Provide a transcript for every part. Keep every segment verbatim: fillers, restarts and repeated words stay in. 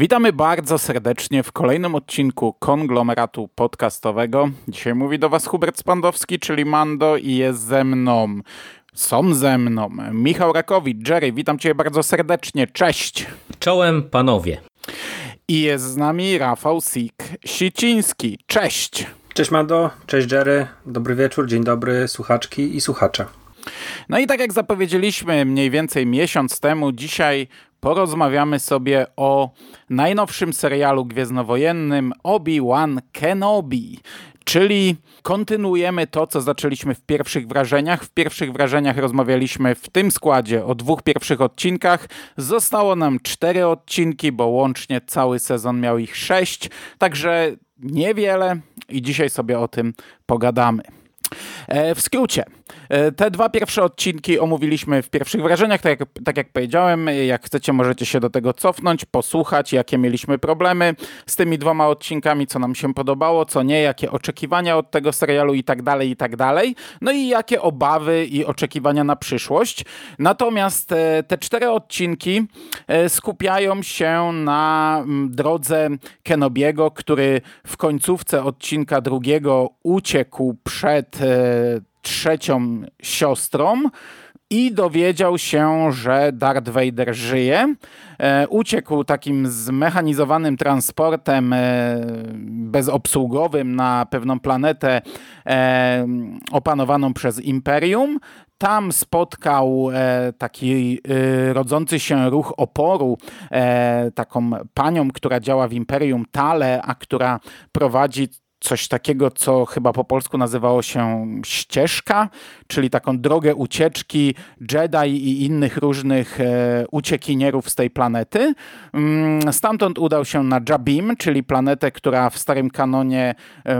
Witamy bardzo serdecznie w kolejnym odcinku konglomeratu podcastowego. Dzisiaj mówi do Was Hubert Spandowski, czyli Mando, i jest ze mną, są ze mną Michał Rakowicz. Jerry, witam Cię bardzo serdecznie, cześć. Czołem panowie. I jest z nami Rafał Sik-Siciński, cześć. Cześć Mando, cześć Jerry, dobry wieczór, dzień dobry słuchaczki i słuchacze. No i tak jak zapowiedzieliśmy mniej więcej miesiąc temu, dzisiaj porozmawiamy sobie o najnowszym serialu gwiezdnowojennym Obi-Wan Kenobi, czyli kontynuujemy to, co zaczęliśmy w pierwszych wrażeniach. W pierwszych wrażeniach rozmawialiśmy w tym składzie o dwóch pierwszych odcinkach. Zostało nam cztery odcinki, bo łącznie cały sezon miał ich sześć, także niewiele i dzisiaj sobie o tym pogadamy. W skrócie, te dwa pierwsze odcinki omówiliśmy w pierwszych wrażeniach, tak jak, tak jak powiedziałem. Jak chcecie, możecie się do tego cofnąć, posłuchać, jakie mieliśmy problemy z tymi dwoma odcinkami, co nam się podobało, co nie, jakie oczekiwania od tego serialu i tak dalej, i tak dalej. No i jakie obawy i oczekiwania na przyszłość. Natomiast te cztery odcinki skupiają się na drodze Kenobiego, który w końcówce odcinka drugiego uciekł przed trzecią siostrą i dowiedział się, że Darth Vader żyje. E, uciekł takim zmechanizowanym transportem e, bezobsługowym na pewną planetę e, opanowaną przez Imperium. Tam spotkał e, taki e, rodzący się ruch oporu, e, taką panią, która działa w Imperium, Talę, a która prowadzi coś takiego, co chyba po polsku nazywało się ścieżka, czyli taką drogę ucieczki Jedi i innych różnych e, uciekinierów z tej planety. Mm, stamtąd udał się na Jabim, czyli planetę, która w starym kanonie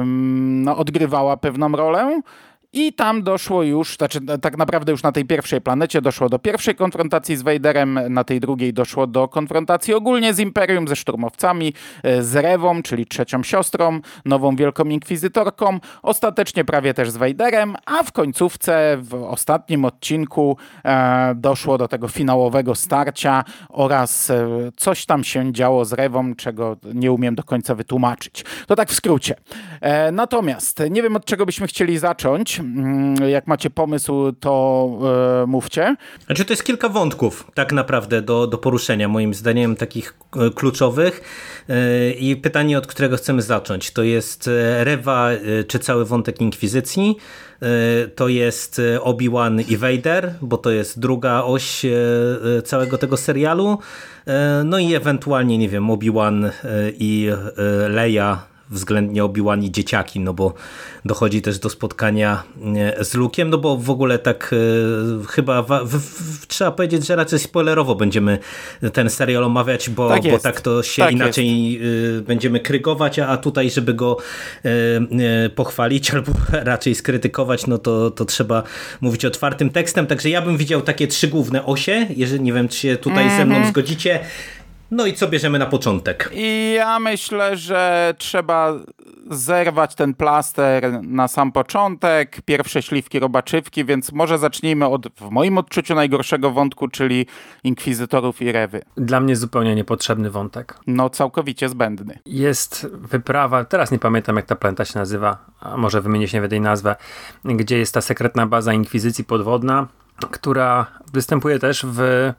um, no, odgrywała pewną rolę. I tam doszło już, znaczy tak naprawdę już na tej pierwszej planecie doszło do pierwszej konfrontacji z Vaderem, na tej drugiej doszło do konfrontacji ogólnie z Imperium, ze szturmowcami, z Rewą, czyli trzecią siostrą, nową wielką inkwizytorką, ostatecznie prawie też z Vaderem, a w końcówce, w ostatnim odcinku e, doszło do tego finałowego starcia oraz e, coś tam się działo z Rewą, czego nie umiem do końca wytłumaczyć. To tak w skrócie. E, natomiast nie wiem, od czego byśmy chcieli zacząć. Jak macie pomysł, to e, mówcie. Znaczy to jest kilka wątków tak naprawdę do, do poruszenia, moim zdaniem takich e, kluczowych e, i pytanie, od którego chcemy zacząć, to jest Rewa, e, czy cały wątek Inkwizycji, e, to jest Obi-Wan i Vader, bo to jest druga oś e, całego tego serialu, e, no i ewentualnie, nie wiem, Obi-Wan e, i e, Leia, względnie Obi-Wan i dzieciaki, no bo dochodzi też do spotkania z Luke'em, no bo w ogóle tak e, chyba w, w, w, trzeba powiedzieć, że raczej spoilerowo będziemy ten serial omawiać, bo tak, bo tak to się tak inaczej jest. Będziemy krygować, a tutaj, żeby go e, e, pochwalić albo raczej skrytykować, no to, to trzeba mówić otwartym tekstem, także ja bym widział takie trzy główne osie, jeżeli nie wiem, czy się tutaj mm-hmm. ze mną zgodzicie. No i co bierzemy na początek? I ja myślę, że trzeba zerwać ten plaster na sam początek, pierwsze śliwki robaczywki, więc może zacznijmy od, w moim odczuciu, najgorszego wątku, czyli Inkwizytorów i Rewy. Dla mnie zupełnie niepotrzebny wątek. No całkowicie zbędny. Jest wyprawa, teraz nie pamiętam jak ta planeta się nazywa, a może wymienię się w tej nazwę, gdzie jest ta sekretna baza Inkwizycji podwodna, która występuje też w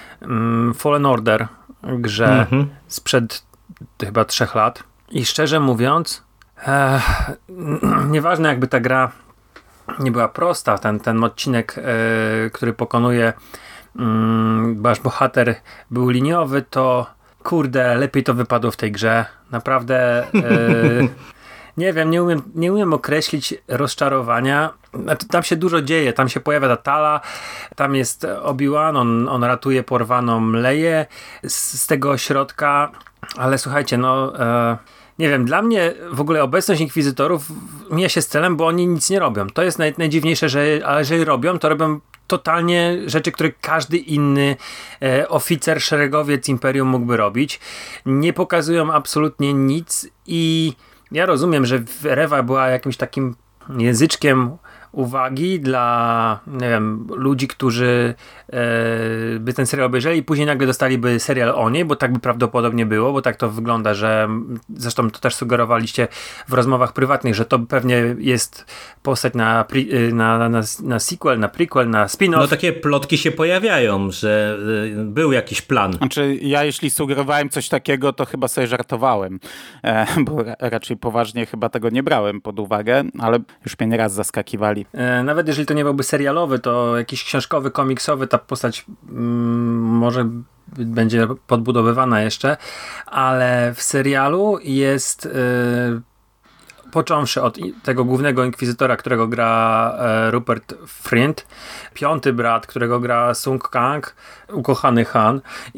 um, Fallen Order, grze mm-hmm. sprzed chyba trzech lat. I szczerze mówiąc, e, nieważne jakby ta gra nie była prosta, ten, ten odcinek, e, który pokonuje mm, wasz bohater był liniowy, to kurde, lepiej to wypadło w tej grze. Naprawdę e, nie wiem, nie umiem, nie umiem określić rozczarowania. Tam się dużo dzieje, tam się pojawia ta Tala, tam jest Obi-Wan, on, on ratuje porwaną Leję z, z tego ośrodka, ale słuchajcie, no e, nie wiem, dla mnie w ogóle obecność Inkwizytorów mija się z celem, bo oni nic nie robią. To jest naj, najdziwniejsze, że ale jeżeli robią, to robią totalnie rzeczy, które każdy inny e, oficer, szeregowiec Imperium mógłby robić. Nie pokazują absolutnie nic i ja rozumiem, że Rewa była jakimś takim języczkiem uwagi dla, nie wiem, ludzi, którzy e, by ten serial obejrzeli i później nagle dostaliby serial o niej, bo tak by prawdopodobnie było, bo tak to wygląda, że zresztą to też sugerowaliście w rozmowach prywatnych, że to pewnie jest postać na, na, na, na, na sequel, na prequel, na spin-off. No takie plotki się pojawiają, że y, był jakiś plan. Znaczy ja jeśli sugerowałem coś takiego, to chyba sobie żartowałem, e, bo ra- raczej poważnie chyba tego nie brałem pod uwagę, ale już mnie nieraz zaskakiwali. E, nawet jeżeli to nie byłby serialowy, to jakiś książkowy, komiksowy, ta postać mm, może będzie podbudowywana jeszcze, ale w serialu jest... E, począwszy od tego głównego inkwizytora, którego gra e, Rupert Friend, piąty brat, którego gra Sung Kang, ukochany Han,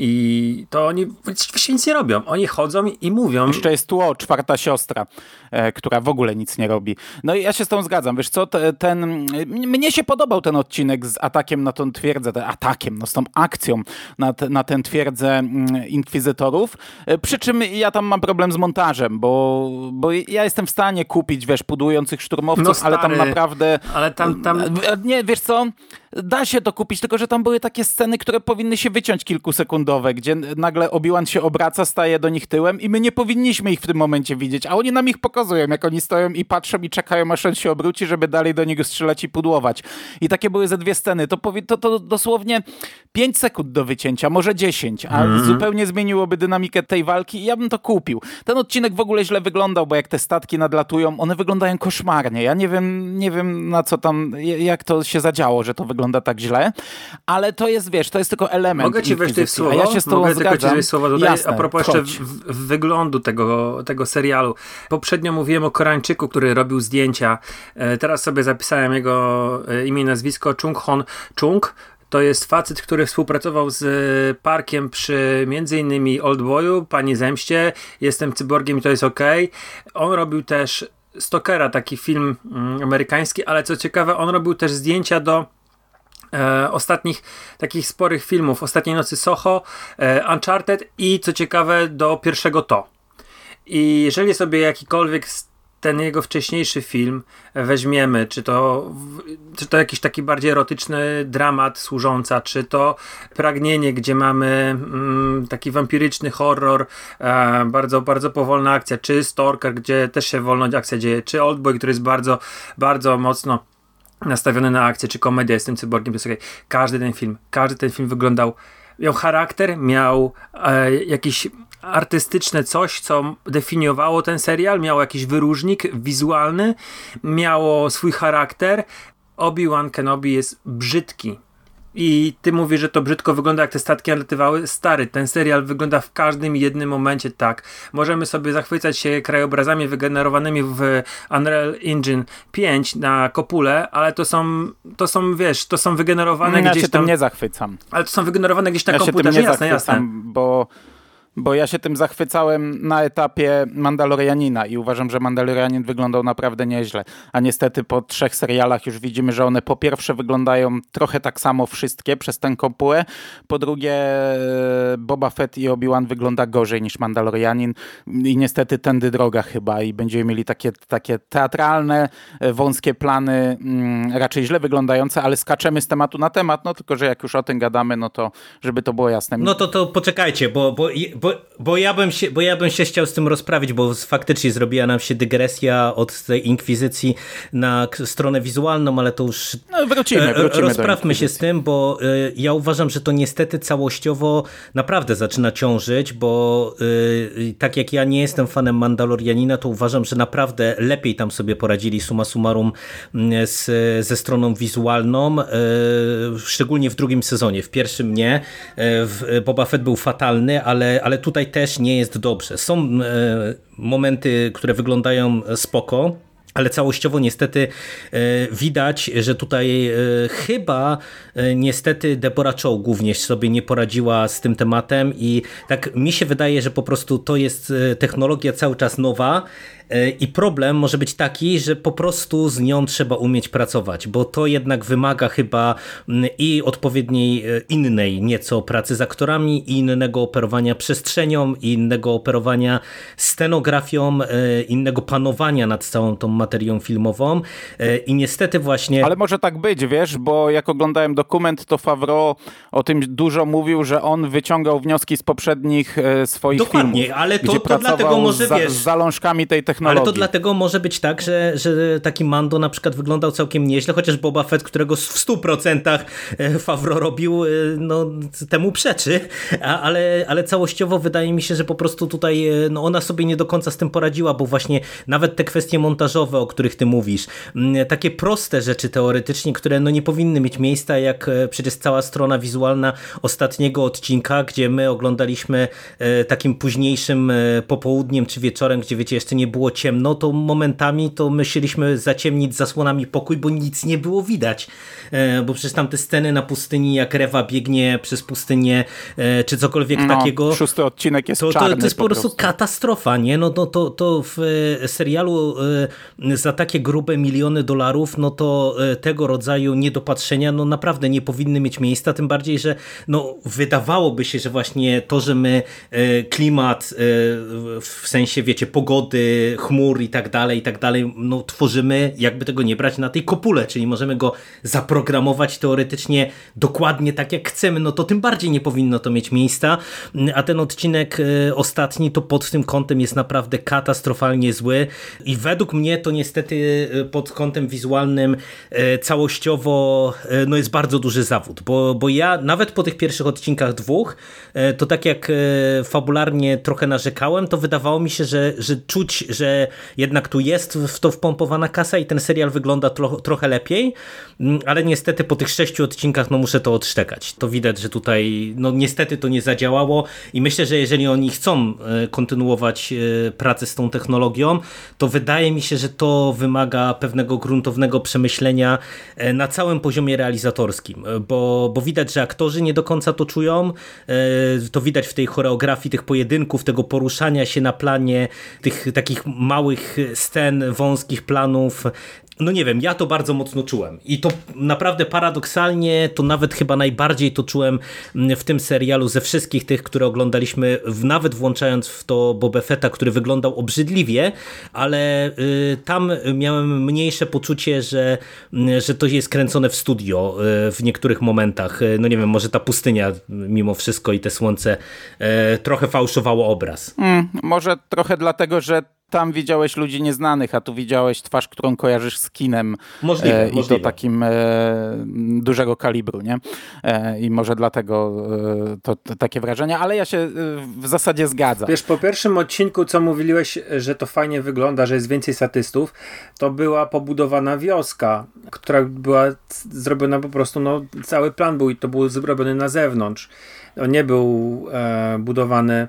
i to oni właściwie nic nie robią. Oni chodzą i mówią. Jeszcze jest tło, czwarta siostra, e, która w ogóle nic nie robi. No i ja się z tą zgadzam. Wiesz co, te, ten, mnie się podobał ten odcinek z atakiem na tą twierdzę, te, atakiem, no z tą akcją na, te, na tę twierdzę mm, inkwizytorów. E, przy czym ja tam mam problem z montażem, bo, bo ja jestem w stanie kupić, wiesz, pudujących szturmowców, no stary, ale tam naprawdę... Ale tam, tam... Nie, wiesz co, da się to kupić, tylko że tam były takie sceny, które powinny się wyciąć kilkusekundowe, gdzie nagle Obi-Wan się obraca, staje do nich tyłem i my nie powinniśmy ich w tym momencie widzieć, a oni nam ich pokazują, jak oni stoją i patrzą i czekają, aż on się obróci, żeby dalej do niego strzelać i pudłować. I takie były ze dwie sceny. To, powie, to, to dosłownie pięć sekund do wycięcia, może dziesięć, a mm-hmm. zupełnie zmieniłoby dynamikę tej walki i ja bym to kupił. Ten odcinek w ogóle źle wyglądał, bo jak te statki nadlatują, one wyglądają koszmarnie. Ja nie wiem, nie wiem na co tam, jak to się zadziało, że to wygląda tak źle, ale to jest, wiesz, to jest tylko element. Mogę ci wejść w słowo? A ja się z tobą Mogę zgadzam. tylko ci wejść słowo dodać, Jasne, a propos chodź. jeszcze w, w wyglądu tego, tego serialu. Poprzednio mówiłem o Koreańczyku, który robił zdjęcia. E, teraz sobie zapisałem jego e, imię i nazwisko. Chung Hon Chung. To jest facet, który współpracował z Parkiem przy między innymi Oldboyu, Pani Zemście, Jestem cyborgiem i to jest okej. On robił też Stalkera, taki film mm, amerykański, ale co ciekawe, on robił też zdjęcia do e, ostatnich takich sporych filmów. Ostatniej nocy Soho, e, Uncharted i co ciekawe do pierwszego To. I jeżeli sobie jakikolwiek ten jego wcześniejszy film weźmiemy, czy to, czy to jakiś taki bardziej erotyczny dramat Służąca, czy to Pragnienie, gdzie mamy mm, taki wampiryczny horror, e, bardzo, bardzo powolna akcja, czy Stalker, gdzie też się wolno akcja dzieje, czy Oldboy, który jest bardzo, bardzo mocno nastawiony na akcję, czy komedia Jestem cyborgiem, to jest okay. Każdy ten film, każdy ten film wyglądał, miał charakter, miał e, jakiś artystyczne coś, co definiowało ten serial, miało jakiś wyróżnik wizualny, miało swój charakter. Obi-Wan Kenobi jest brzydki. I ty mówisz, że to brzydko wygląda, jak te statki nalatywały. Stary, ten serial wygląda w każdym jednym momencie tak. Możemy sobie zachwycać się krajobrazami wygenerowanymi w Unreal Engine pięć na kopule, ale to są, to są, wiesz, to są wygenerowane ja gdzieś się tam... tym nie zachwycam. Ale to są wygenerowane gdzieś na ja komputerze, się tym nie jasne, zachwycam, jasne. Bo... Bo ja się tym zachwycałem na etapie Mandalorianina i uważam, że Mandalorianin wyglądał naprawdę nieźle. A niestety po trzech serialach już widzimy, że one po pierwsze wyglądają trochę tak samo wszystkie przez tę kopułę. Po drugie Boba Fett i Obi-Wan wygląda gorzej niż Mandalorianin i niestety tędy droga chyba i będziemy mieli takie, takie teatralne, wąskie plany, mm, raczej źle wyglądające, ale skaczemy z tematu na temat, no tylko, że jak już o tym gadamy, no to żeby to było jasne. No to, to poczekajcie, bo, bo, bo Bo, bo, ja bym się, bo ja bym się chciał z tym rozprawić, bo faktycznie zrobiła nam się dygresja od tej inkwizycji na stronę wizualną, ale to już no, wrócimy, wrócimy rozprawmy się z tym, bo y, ja uważam, że to niestety całościowo naprawdę zaczyna ciążyć, bo y, tak jak ja nie jestem fanem Mandalorianina, to uważam, że naprawdę lepiej tam sobie poradzili summa summarum z, ze stroną wizualną, y, szczególnie w drugim sezonie. W pierwszym nie. Y, Boba Fett był fatalny, ale, ale tutaj też nie jest dobrze. Są e, momenty, które wyglądają spoko, ale całościowo niestety e, widać, że tutaj e, chyba e, niestety Deborah Chow głównie sobie nie poradziła z tym tematem i tak mi się wydaje, że po prostu to jest technologia cały czas nowa i problem może być taki, że po prostu z nią trzeba umieć pracować, bo to jednak wymaga chyba i odpowiedniej innej nieco pracy z aktorami, i innego operowania przestrzenią, i innego operowania scenografią, innego panowania nad całą tą materią filmową i niestety właśnie... Ale może tak być, wiesz, bo jak oglądałem dokument, to Favreau o tym dużo mówił, że on wyciągał wnioski z poprzednich swoich Dokładnie, filmów. ale to, to dlatego może, z, za, wiesz... z zalążkami tej technologii. Ale to dlatego może być tak, że, że taki Mando na przykład wyglądał całkiem nieźle, chociaż Boba Fett, którego w stu procentach Favreau robił, no temu przeczy, A, ale, ale całościowo wydaje mi się, że po prostu tutaj no, ona sobie nie do końca z tym poradziła, bo właśnie nawet te kwestie montażowe, o których ty mówisz, takie proste rzeczy teoretycznie, które no nie powinny mieć miejsca, jak przecież cała strona wizualna ostatniego odcinka, gdzie my oglądaliśmy takim późniejszym popołudniem czy wieczorem, gdzie wiecie, jeszcze nie było ciemno, to momentami to my chcieliśmy zaciemnić zasłonami pokój, bo nic nie było widać. Bo przecież tam te sceny na pustyni, jak Rewa biegnie przez pustynię, czy cokolwiek no, takiego. Szósty odcinek jest to, czarny. To, to jest po prostu, prostu katastrofa, nie? No to, to, to w serialu za takie grube miliony dolarów, no to tego rodzaju niedopatrzenia, no naprawdę nie powinny mieć miejsca, tym bardziej, że no wydawałoby się, że właśnie to, że my klimat w sensie, wiecie, pogody, chmur i tak dalej, i tak dalej, no tworzymy, jakby tego nie brać, na tej kopule, czyli możemy go zaprogramować teoretycznie dokładnie tak, jak chcemy, no to tym bardziej nie powinno to mieć miejsca, a ten odcinek ostatni to pod tym kątem jest naprawdę katastrofalnie zły i według mnie to niestety pod kątem wizualnym całościowo no jest bardzo duży zawód, bo, bo ja nawet po tych pierwszych odcinkach dwóch, to tak jak fabularnie trochę narzekałem, to wydawało mi się, że, że czuć, że jednak tu jest w to wpompowana kasa i ten serial wygląda tro, trochę lepiej, ale niestety po tych sześciu odcinkach no muszę to odszczekać. To widać, że tutaj no niestety to nie zadziałało i myślę, że jeżeli oni chcą kontynuować pracę z tą technologią, to wydaje mi się, że to wymaga pewnego gruntownego przemyślenia na całym poziomie realizatorskim, bo, bo widać, że aktorzy nie do końca to czują, to widać w tej choreografii tych pojedynków, tego poruszania się na planie, tych takich małych scen, wąskich planów. No nie wiem, ja to bardzo mocno czułem i to naprawdę paradoksalnie, to nawet chyba najbardziej to czułem w tym serialu ze wszystkich tych, które oglądaliśmy, nawet włączając w to Boba Fetta, który wyglądał obrzydliwie, ale y, tam miałem mniejsze poczucie, że, że to jest kręcone w studio y, w niektórych momentach. No nie wiem, może ta pustynia mimo wszystko i te słońce y, trochę fałszowało obraz. Mm, może trochę dlatego, że tam widziałeś ludzi nieznanych, a tu widziałeś twarz, którą kojarzysz z kinem. Możliwe, e, I możliwe. to takim e, dużego kalibru, nie? E, I może dlatego e, to, to takie wrażenia, ale ja się e, w zasadzie zgadzam. Wiesz, po pierwszym odcinku, co mówiłeś, że to fajnie wygląda, że jest więcej statystów, to była pobudowana wioska, która była zrobiona po prostu, no cały plan był i to był zrobiony na zewnątrz. On nie był e, budowany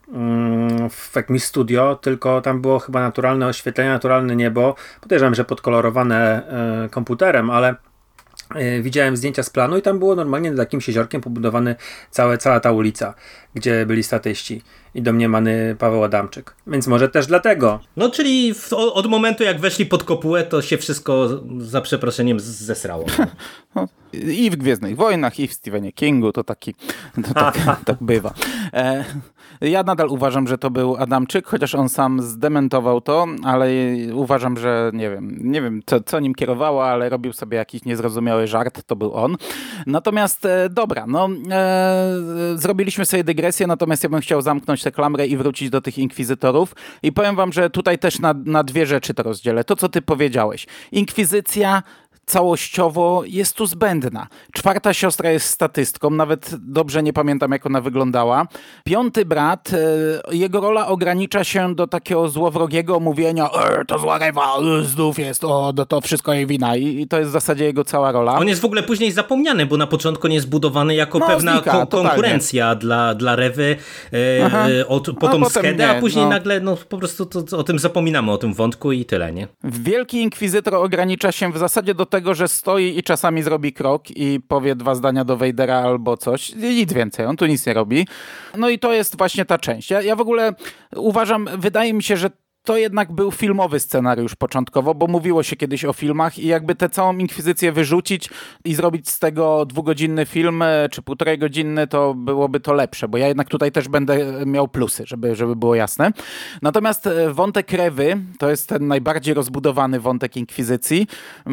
w jakimś studio, tylko tam było chyba naturalne oświetlenie, naturalne niebo. Podejrzewam, że podkolorowane e, komputerem, ale e, widziałem zdjęcia z planu i tam było normalnie nad jakimś jeziorkiem pobudowany całe, cała ta ulica, gdzie byli statyści i domniemany Paweł Adamczyk. Więc może też dlatego. No czyli w, od momentu jak weszli pod kopułę, to się wszystko za przeproszeniem zesrało. No, i w Gwiezdnych Wojnach, i w Stephenie Kingu, to taki to tak, tak bywa. E, ja nadal uważam, że to był Adamczyk, chociaż on sam zdementował to, ale uważam, że nie wiem, nie wiem co, co nim kierowało, ale robił sobie jakiś niezrozumiały żart, to był on. Natomiast e, dobra, no e, zrobiliśmy sobie dygresję, natomiast ja bym chciał zamknąć tę klamrę i wrócić do tych inkwizytorów i powiem wam, że tutaj też na, na dwie rzeczy to rozdzielę. To, co ty powiedziałeś. Inkwizycja całościowo jest tu zbędna. Czwarta siostra jest statystką, nawet dobrze nie pamiętam, jak ona wyglądała. Piąty brat, jego rola ogranicza się do takiego złowrogiego mówienia e, to zła Rewa, znów jest, o, no to wszystko jej wina i, i to jest w zasadzie jego cała rola. On jest w ogóle później zapomniany, bo na początku nie jest budowany jako no, pewna znika, ko- konkurencja dla, dla Rewy, e, od, potem a Skedę, a później no. nagle no, po prostu to, to, o tym zapominamy, o tym wątku i tyle, nie? Wielki Inkwizytor ogranicza się w zasadzie do tego, że stoi i czasami zrobi krok i powie dwa zdania do Vadera albo coś. Nic więcej, on tu nic nie robi. No i to jest właśnie ta część. Ja, ja w ogóle uważam, wydaje mi się, że to jednak był filmowy scenariusz początkowo, bo mówiło się kiedyś o filmach i jakby tę całą inkwizycję wyrzucić i zrobić z tego dwugodzinny film, czy półtorej godzinny, to byłoby to lepsze, bo ja jednak tutaj też będę miał plusy, żeby, żeby było jasne. Natomiast wątek Rewy, to jest ten najbardziej rozbudowany wątek inkwizycji.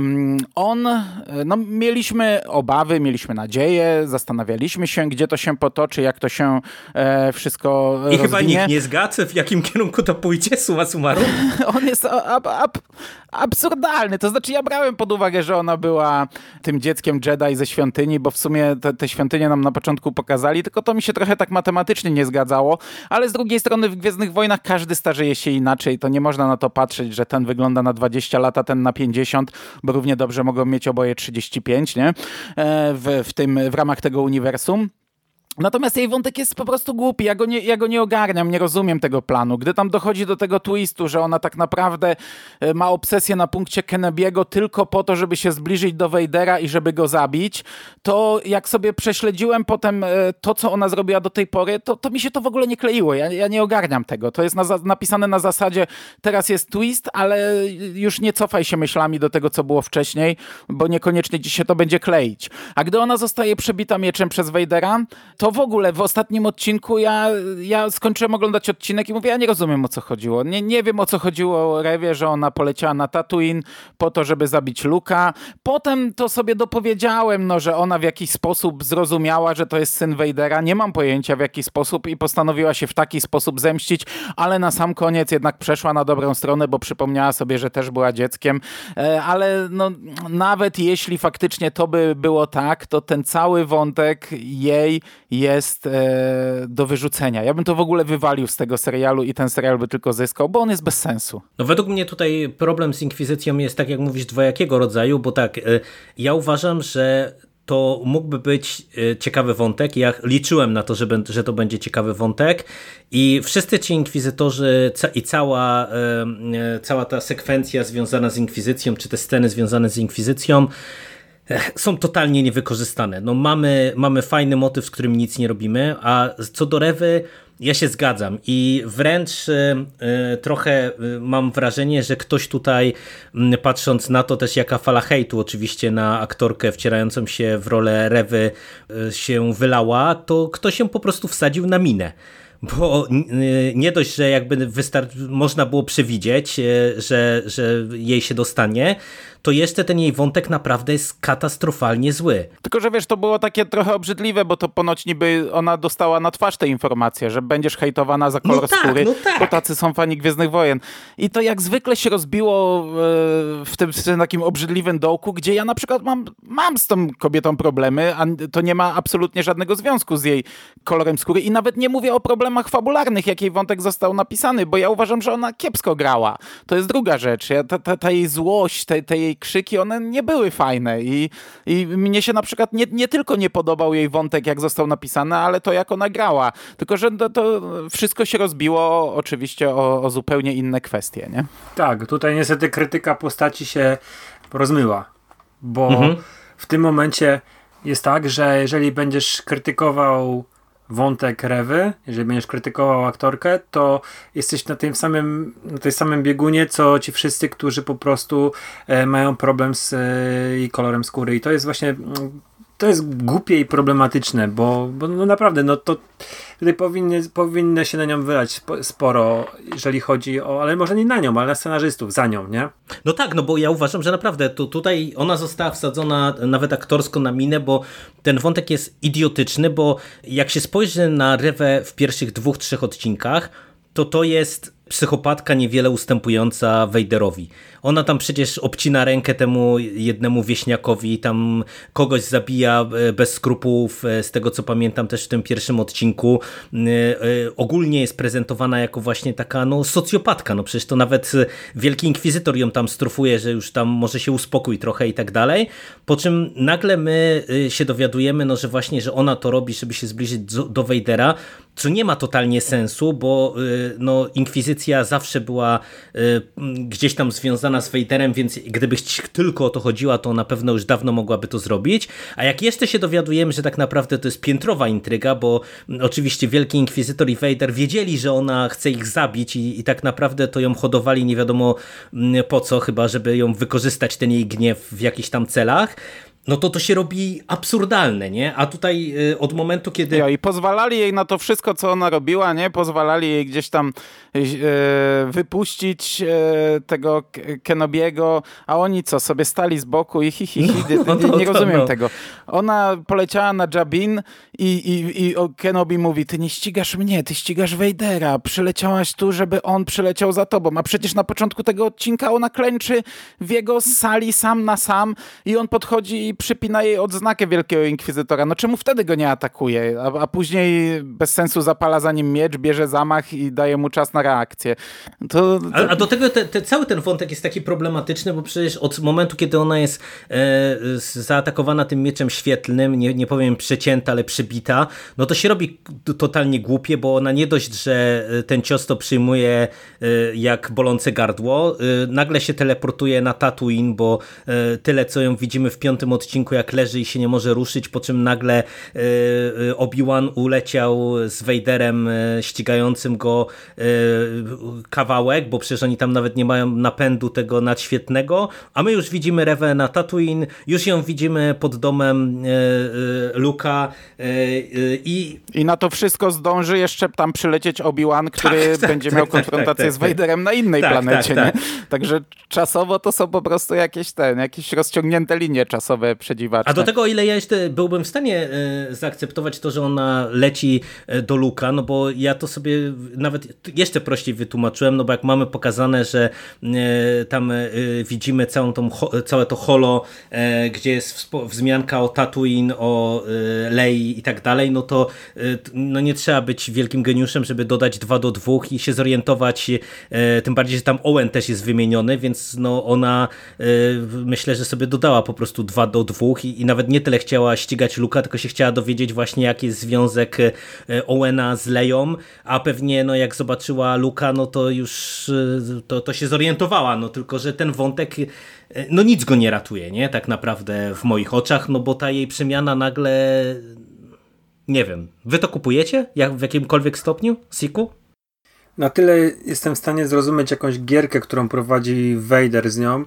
On, no mieliśmy obawy, mieliśmy nadzieję, zastanawialiśmy się, gdzie to się potoczy, jak to się e, wszystko I rozwinie. chyba nikt nie zgadza, w jakim kierunku to pójdzie, summa summarum. On jest ab, ab, absurdalny, to znaczy ja brałem pod uwagę, że ona była tym dzieckiem Jedi ze świątyni, bo w sumie te, te świątynie nam na początku pokazali, tylko to mi się trochę tak matematycznie nie zgadzało, ale z drugiej strony w Gwiezdnych Wojnach każdy starzeje się inaczej, to nie można na to patrzeć, że ten wygląda na dwadzieścia lat, a ten na pięćdziesiąt, bo równie dobrze mogą mieć oboje trzydzieści pięć, nie? W, w, tym, w ramach tego uniwersum. Natomiast jej wątek jest po prostu głupi, ja go, nie, ja go nie ogarniam, nie rozumiem tego planu. Gdy tam dochodzi do tego twistu, że ona tak naprawdę ma obsesję na punkcie Kenobiego tylko po to, żeby się zbliżyć do Vadera i żeby go zabić, to jak sobie prześledziłem potem to, co ona zrobiła do tej pory, to, to mi się to w ogóle nie kleiło. Ja, ja nie ogarniam tego. To jest na, napisane na zasadzie, teraz jest twist, ale już nie cofaj się myślami do tego, co było wcześniej, bo niekoniecznie ci się to będzie kleić. A gdy ona zostaje przebita mieczem przez Vadera, to w ogóle w ostatnim odcinku ja, ja skończyłem oglądać odcinek i mówię, ja nie rozumiem, o co chodziło. Nie, nie wiem, o co chodziło o Rewie, że ona poleciała na Tatooine po to, żeby zabić Luka. Potem to sobie dopowiedziałem, no, że ona w jakiś sposób zrozumiała, że to jest syn Vadera. Nie mam pojęcia w jaki sposób i postanowiła się w taki sposób zemścić, ale na sam koniec jednak przeszła na dobrą stronę, bo przypomniała sobie, że też była dzieckiem. Ale no, nawet jeśli faktycznie to by było tak, to ten cały wątek jej jest e, do wyrzucenia. Ja bym to w ogóle wywalił z tego serialu i ten serial by tylko zyskał, bo on jest bez sensu. No według mnie tutaj problem z Inkwizycją jest, tak jak mówisz, dwojakiego rodzaju, bo tak, e, ja uważam, że to mógłby być e, ciekawy wątek. Ja liczyłem na to, że, be, że to będzie ciekawy wątek i wszyscy ci inkwizytorzy ca, i cała, e, cała ta sekwencja związana z Inkwizycją, czy te sceny związane z Inkwizycją są totalnie niewykorzystane. No mamy, mamy fajny motyw, z którym nic nie robimy, a co do Rewy ja się zgadzam i wręcz y, y, trochę y, mam wrażenie, że ktoś tutaj y, patrząc na to też jaka fala hejtu oczywiście na aktorkę wcierającą się w rolę Rewy y, się wylała, to ktoś się po prostu wsadził na minę. Bo nie dość, że jakby wystar- można było przewidzieć, że, że jej się dostanie, to jeszcze ten jej wątek naprawdę jest katastrofalnie zły. Tylko, że wiesz, to było takie trochę obrzydliwe, bo to ponoć niby ona dostała na twarz tę informację, że będziesz hejtowana za kolor no tak, skóry, no tak. bo tacy są fani Gwiezdnych Wojen. I to jak zwykle się rozbiło w tym, w tym takim obrzydliwym dołku, gdzie ja na przykład mam, mam z tą kobietą problemy, a to nie ma absolutnie żadnego związku z jej kolorem skóry i nawet nie mówię o problemach fabularnych, jak jej wątek został napisany, bo ja uważam, że ona kiepsko grała. To jest druga rzecz. Ja, ta, ta, ta jej złość, te, te jej krzyki, one nie były fajne i, i mnie się na przykład nie, nie tylko nie podobał jej wątek, jak został napisany, ale to, jak ona grała. Tylko, że to, to wszystko się rozbiło oczywiście o, o zupełnie inne kwestie, nie? Tak, tutaj niestety krytyka postaci się rozmyła, bo mhm. w tym momencie jest tak, że jeżeli będziesz krytykował wątek Rewy, jeżeli będziesz krytykował aktorkę, to jesteś na tym samym, na tej samym biegunie, co ci wszyscy, którzy po prostu e, mają problem z e, jej kolorem skóry. I to jest właśnie, to jest głupie i problematyczne, bo, bo no naprawdę, no to tutaj powinny, powinno się na nią wylać sporo, jeżeli chodzi o, ale może nie na nią, ale na scenarzystów, za nią, nie? No tak, no bo ja uważam, że naprawdę tu, tutaj ona została wsadzona nawet aktorsko na minę, bo ten wątek jest idiotyczny, bo jak się spojrzy na Rewę w pierwszych dwóch, trzech odcinkach, to to jest psychopatka niewiele ustępująca Vaderowi. Ona tam przecież obcina rękę temu jednemu wieśniakowi, tam kogoś zabija bez skrupułów, z tego co pamiętam też w tym pierwszym odcinku. Ogólnie jest prezentowana jako właśnie taka no socjopatka, no przecież to nawet Wielki Inkwizytor ją tam strofuje, że już tam może się uspokój trochę i tak dalej. Po czym nagle my się dowiadujemy, no że właśnie, że ona to robi, żeby się zbliżyć do Vadera, co nie ma totalnie sensu, bo no Inkwizycja inkwizycja zawsze była y, gdzieś tam związana z Vaderem, więc gdybyś tylko o to chodziła, to na pewno już dawno mogłaby to zrobić. A jak jeszcze się dowiadujemy, że tak naprawdę to jest piętrowa intryga, bo oczywiście Wielki Inkwizytor i Vader wiedzieli, że ona chce ich zabić i, i tak naprawdę to ją hodowali nie wiadomo po co, chyba żeby ją wykorzystać, ten jej gniew w jakichś tam celach, no to to się robi absurdalne, nie? A tutaj y, od momentu, kiedy... Jo, i pozwalali jej na to wszystko, co ona robiła, nie? Pozwalali jej gdzieś tam y, wypuścić y, tego Kenobiego, a oni co, sobie stali z boku i hi, hi, hi, no, nie, nie to, rozumiem no. tego. Ona poleciała na Jabin i, i, i Kenobi mówi, ty nie ścigasz mnie, ty ścigasz Vadera, przyleciałaś tu, żeby on przyleciał za tobą, a przecież na początku tego odcinka ona klęczy w jego sali sam na sam i on podchodzi i przypina jej odznakę Wielkiego Inkwizytora. No czemu wtedy go nie atakuje? A, a później bez sensu zapala za nim miecz, bierze zamach i daje mu czas na reakcję. To, to... A, a do tego te, te, cały ten wątek jest taki problematyczny, bo przecież od momentu, kiedy ona jest e, zaatakowana tym mieczem świetlnym, nie, nie powiem przecięta, ale przybita, no to się robi totalnie głupie, bo ona nie dość, że ten cios to przyjmuje e, jak bolące gardło, e, nagle się teleportuje na Tatooine, bo e, tyle, co ją widzimy w piątym odcinku, jak leży i się nie może ruszyć, po czym nagle y, Obi-Wan uleciał z Vaderem y, ścigającym go y, kawałek, bo przecież oni tam nawet nie mają napędu tego nadświetnego, a my już widzimy Rewę na Tatooine, już ją widzimy pod domem y, y, Luka y, y, i... I na to wszystko zdąży jeszcze tam przylecieć Obi-Wan, który tak, tak, będzie tak, miał tak, konfrontację tak, tak, z Vaderem na innej tak, planecie, tak, tak. nie? Także czasowo to są po prostu jakieś ten, jakieś rozciągnięte linie czasowe przedziwaczne. A do tego, o ile ja jeszcze byłbym w stanie e, zaakceptować to, że ona leci e, do Luka, no bo ja to sobie nawet jeszcze prościej wytłumaczyłem, no bo jak mamy pokazane, że e, tam e, widzimy całą tą, ho, całe to holo, e, gdzie jest wspo- wzmianka o Tatooine, o e, Lei i tak dalej, no to e, no nie trzeba być wielkim geniuszem, żeby dodać dwa do dwóch i się zorientować, e, tym bardziej, że tam Owen też jest wymieniony, więc no ona e, myślę, że sobie dodała po prostu dwa do dwóch i, i nawet nie tyle chciała ścigać Luka, tylko się chciała dowiedzieć właśnie, jaki jest związek Owena z Leją, a pewnie no jak zobaczyła Luka, no to już to, to się zorientowała, no tylko, że ten wątek no nic go nie ratuje, nie? Tak naprawdę w moich oczach, no bo ta jej przemiana nagle nie wiem, wy to kupujecie? Jak, w jakimkolwiek stopniu? Siku? Na tyle jestem w stanie zrozumieć jakąś gierkę, którą prowadzi Vader z nią.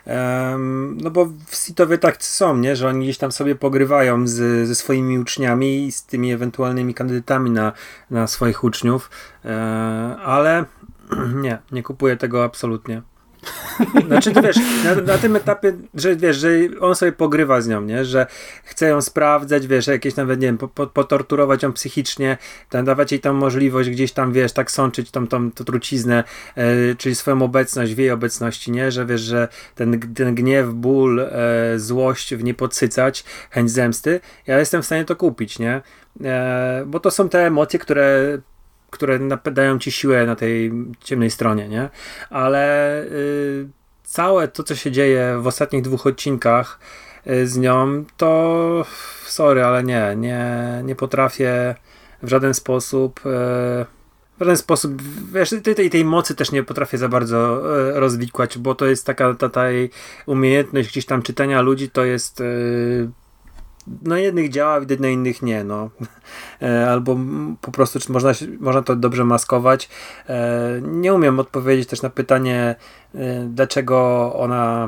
Um, no bo w Sithowie tak są, nie? Że oni gdzieś tam sobie pogrywają z, ze swoimi uczniami i z tymi ewentualnymi kandydatami na, na swoich uczniów, e, ale nie, nie kupuję tego absolutnie. Znaczy, to wiesz, na, na tym etapie, że wiesz, że on sobie pogrywa z nią, nie? Że chce ją sprawdzać, wiesz, jakieś nawet, nie wiem, po, po, potorturować ją psychicznie, tam, dawać jej tam możliwość gdzieś tam, wiesz, tak sączyć tą, tą, tą truciznę, e, czyli swoją obecność w jej obecności, nie? Że wiesz, że ten, ten gniew, ból, e, złość w niej podsycać, chęć zemsty, ja jestem w stanie to kupić, nie? E, bo to są te emocje, które które dają ci siłę na tej ciemnej stronie, nie? Ale y, całe to, co się dzieje w ostatnich dwóch odcinkach y, z nią, to sorry, ale nie, nie, nie potrafię w żaden sposób y, w żaden sposób, wiesz, tej, tej mocy też nie potrafię za bardzo y, rozwikłać, bo to jest taka ta, ta jej umiejętność gdzieś tam czytania ludzi, to jest y, na jednych działa, widać na innych nie, no. Albo po prostu czy można, można to dobrze maskować. Nie umiem odpowiedzieć też na pytanie, dlaczego ona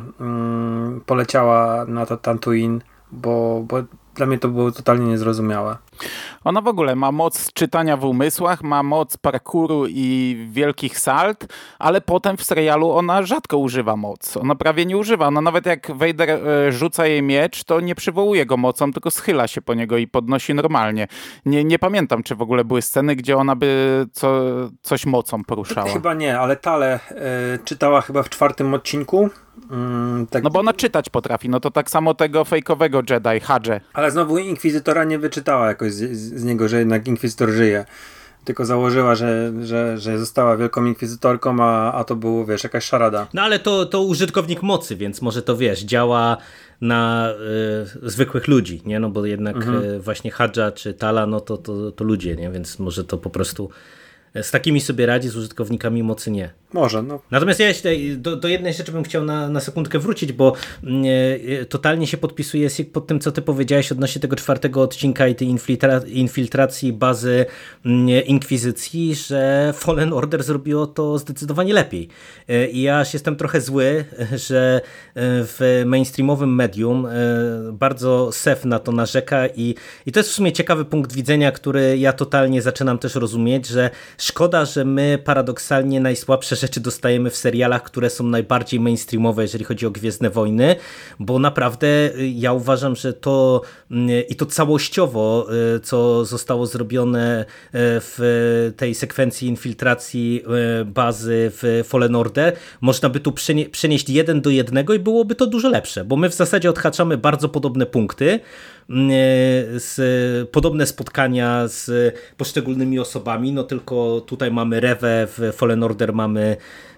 poleciała na to Tatooine, bo, bo dla mnie to było totalnie niezrozumiałe. Ona w ogóle ma moc czytania w umysłach, ma moc parkouru i wielkich salt, ale potem w serialu ona rzadko używa moc. Ona prawie nie używa. Ona nawet jak Vader e, rzuca jej miecz, to nie przywołuje go mocą, tylko schyla się po niego i podnosi normalnie. Nie, nie pamiętam, czy w ogóle były sceny, gdzie ona by co, coś mocą poruszała. Chyba nie, ale Tale e, czytała chyba w czwartym odcinku. Mm, tak. No bo ona czytać potrafi, no to tak samo tego fejkowego Jedi, Hadże. Ale znowu Inkwizytora nie wyczytała jakoś z, z niego, że jednak Inkwizytor żyje. Tylko założyła, że, że, że została wielką inkwizytorką, a, a to było, wiesz, jakaś szarada. No ale to, to użytkownik mocy, więc może to, wiesz, działa na y, zwykłych ludzi, nie? No bo jednak mhm. y, właśnie Hadża czy Tala, no to, to, to ludzie, nie? Więc może to po prostu z takimi sobie radzi, z użytkownikami mocy nie. Może, no. Natomiast ja jeszcze do, do jednej rzeczy bym chciał na, na sekundkę wrócić, bo e, totalnie się podpisuję pod tym, co ty powiedziałeś odnośnie tego czwartego odcinka i tej infiltra, infiltracji bazy e, Inkwizycji, że Fallen Order zrobiło to zdecydowanie lepiej. E, I ja aż jestem trochę zły, że w mainstreamowym medium e, bardzo Sef na to narzeka i, i to jest w sumie ciekawy punkt widzenia, który ja totalnie zaczynam też rozumieć, że szkoda, że my paradoksalnie najsłabsze rzeczy dostajemy w serialach, które są najbardziej mainstreamowe, jeżeli chodzi o Gwiezdne Wojny, bo naprawdę ja uważam, że to i to całościowo, co zostało zrobione w tej sekwencji infiltracji bazy w Fallen Order, można by tu przenieść jeden do jednego i byłoby to dużo lepsze, bo my w zasadzie odhaczamy bardzo podobne punkty, z, podobne spotkania z poszczególnymi osobami, no tylko tutaj mamy Rewę, w Fallen Order mamy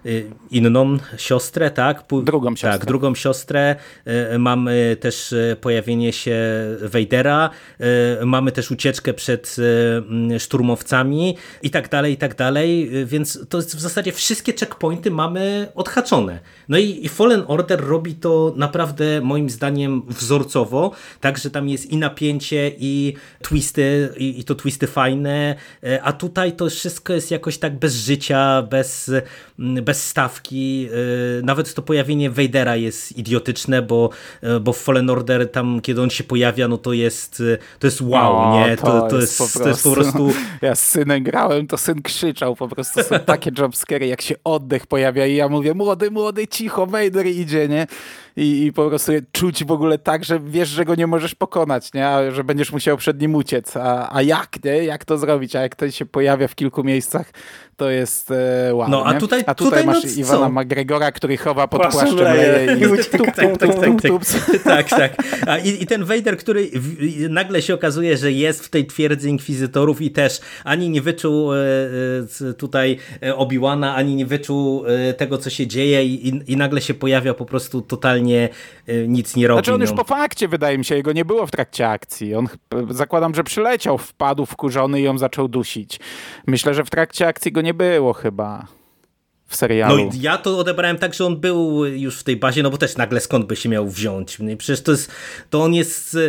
inną siostrę, tak? Drugą siostrę. Tak, drugą siostrę. Mamy też pojawienie się Vadera, mamy też ucieczkę przed szturmowcami i tak dalej, i tak dalej, więc to jest w zasadzie wszystkie checkpointy mamy odhaczone. No i, i Fallen Order robi to naprawdę moim zdaniem wzorcowo, tak, że tam jest i napięcie, i twisty, i, i to twisty fajne, a tutaj to wszystko jest jakoś tak bez życia, bez, bez stawki. Nawet to pojawienie Vadera jest idiotyczne, bo, bo w Fallen Order tam, kiedy on się pojawia, no to jest to jest wow, o, nie? To, to, to, jest, jest, po to jest po prostu... Ja z synem grałem, to syn krzyczał, po prostu są takie jumpscary, jak się oddech pojawia i ja mówię, młody, młody, cicho, Vader idzie, nie? I, i po prostu czuć w ogóle tak, że wiesz, że go nie możesz pokonać, nie? A że będziesz musiał przed nim uciec. A, a jak, nie? Jak to zrobić? A jak to się pojawia w kilku miejscach, to jest e, wow, no, a nie? tutaj, a tutaj, tutaj masz no, Iwana McGregora, który chowa pod Płaszczem płaszczem leje i tak, tak, tak, tak, tak, tak. A i, i ten Vader, który w, nagle się okazuje, że jest w tej twierdzy inkwizytorów i też ani nie wyczuł e, tutaj Obi-Wana, ani nie wyczuł e, tego, co się dzieje i, i, i nagle się pojawia po prostu totalnie e, nic nie robi. Znaczy on już no. po fakcie, wydaje mi się, jego nie było w trakcie akcji. On, zakładam, że przyleciał, wpadł wkurzony i ją zaczął dusić. Myślę, że w trakcie akcji go nie było chyba w serialu. No ja to odebrałem tak, że on był już w tej bazie, no bo też nagle skąd by się miał wziąć. Przecież to jest, to on jest yy,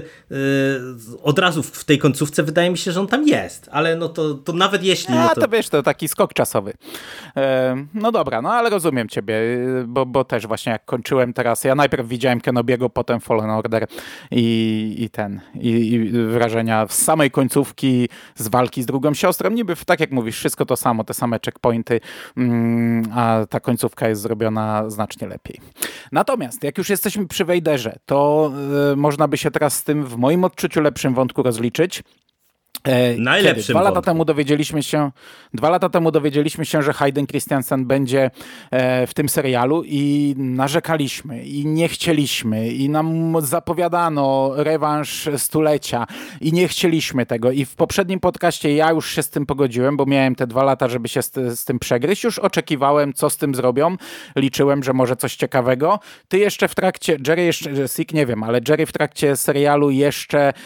od razu w tej końcówce wydaje mi się, że on tam jest, ale no to, to nawet jeśli... A no to... to wiesz, to taki skok czasowy. E, no dobra, no ale rozumiem ciebie, bo, bo też właśnie jak kończyłem teraz, ja najpierw widziałem Kenobiego, potem Fallen Order i, i ten, i, i wrażenia z samej końcówki, z walki z drugą siostrą, niby tak jak mówisz, wszystko to samo, te same checkpointy, mm, a ta końcówka jest zrobiona znacznie lepiej. Natomiast jak już jesteśmy przy Vaderze, to y, można by się teraz z tym w moim odczuciu lepszym wątku rozliczyć. Najlepszym Dwa lata wątku. temu dowiedzieliśmy się, dwa lata temu dowiedzieliśmy się, że Hayden Christensen będzie w tym serialu i narzekaliśmy i nie chcieliśmy i nam zapowiadano rewanż stulecia i nie chcieliśmy tego i w poprzednim podcaście ja już się z tym pogodziłem, bo miałem te dwa lata, żeby się z, z tym przegryźć. Już oczekiwałem, co z tym zrobią. Liczyłem, że może coś ciekawego. Ty jeszcze w trakcie, Jerry jeszcze, Sik nie wiem, ale Jerry w trakcie serialu jeszcze e,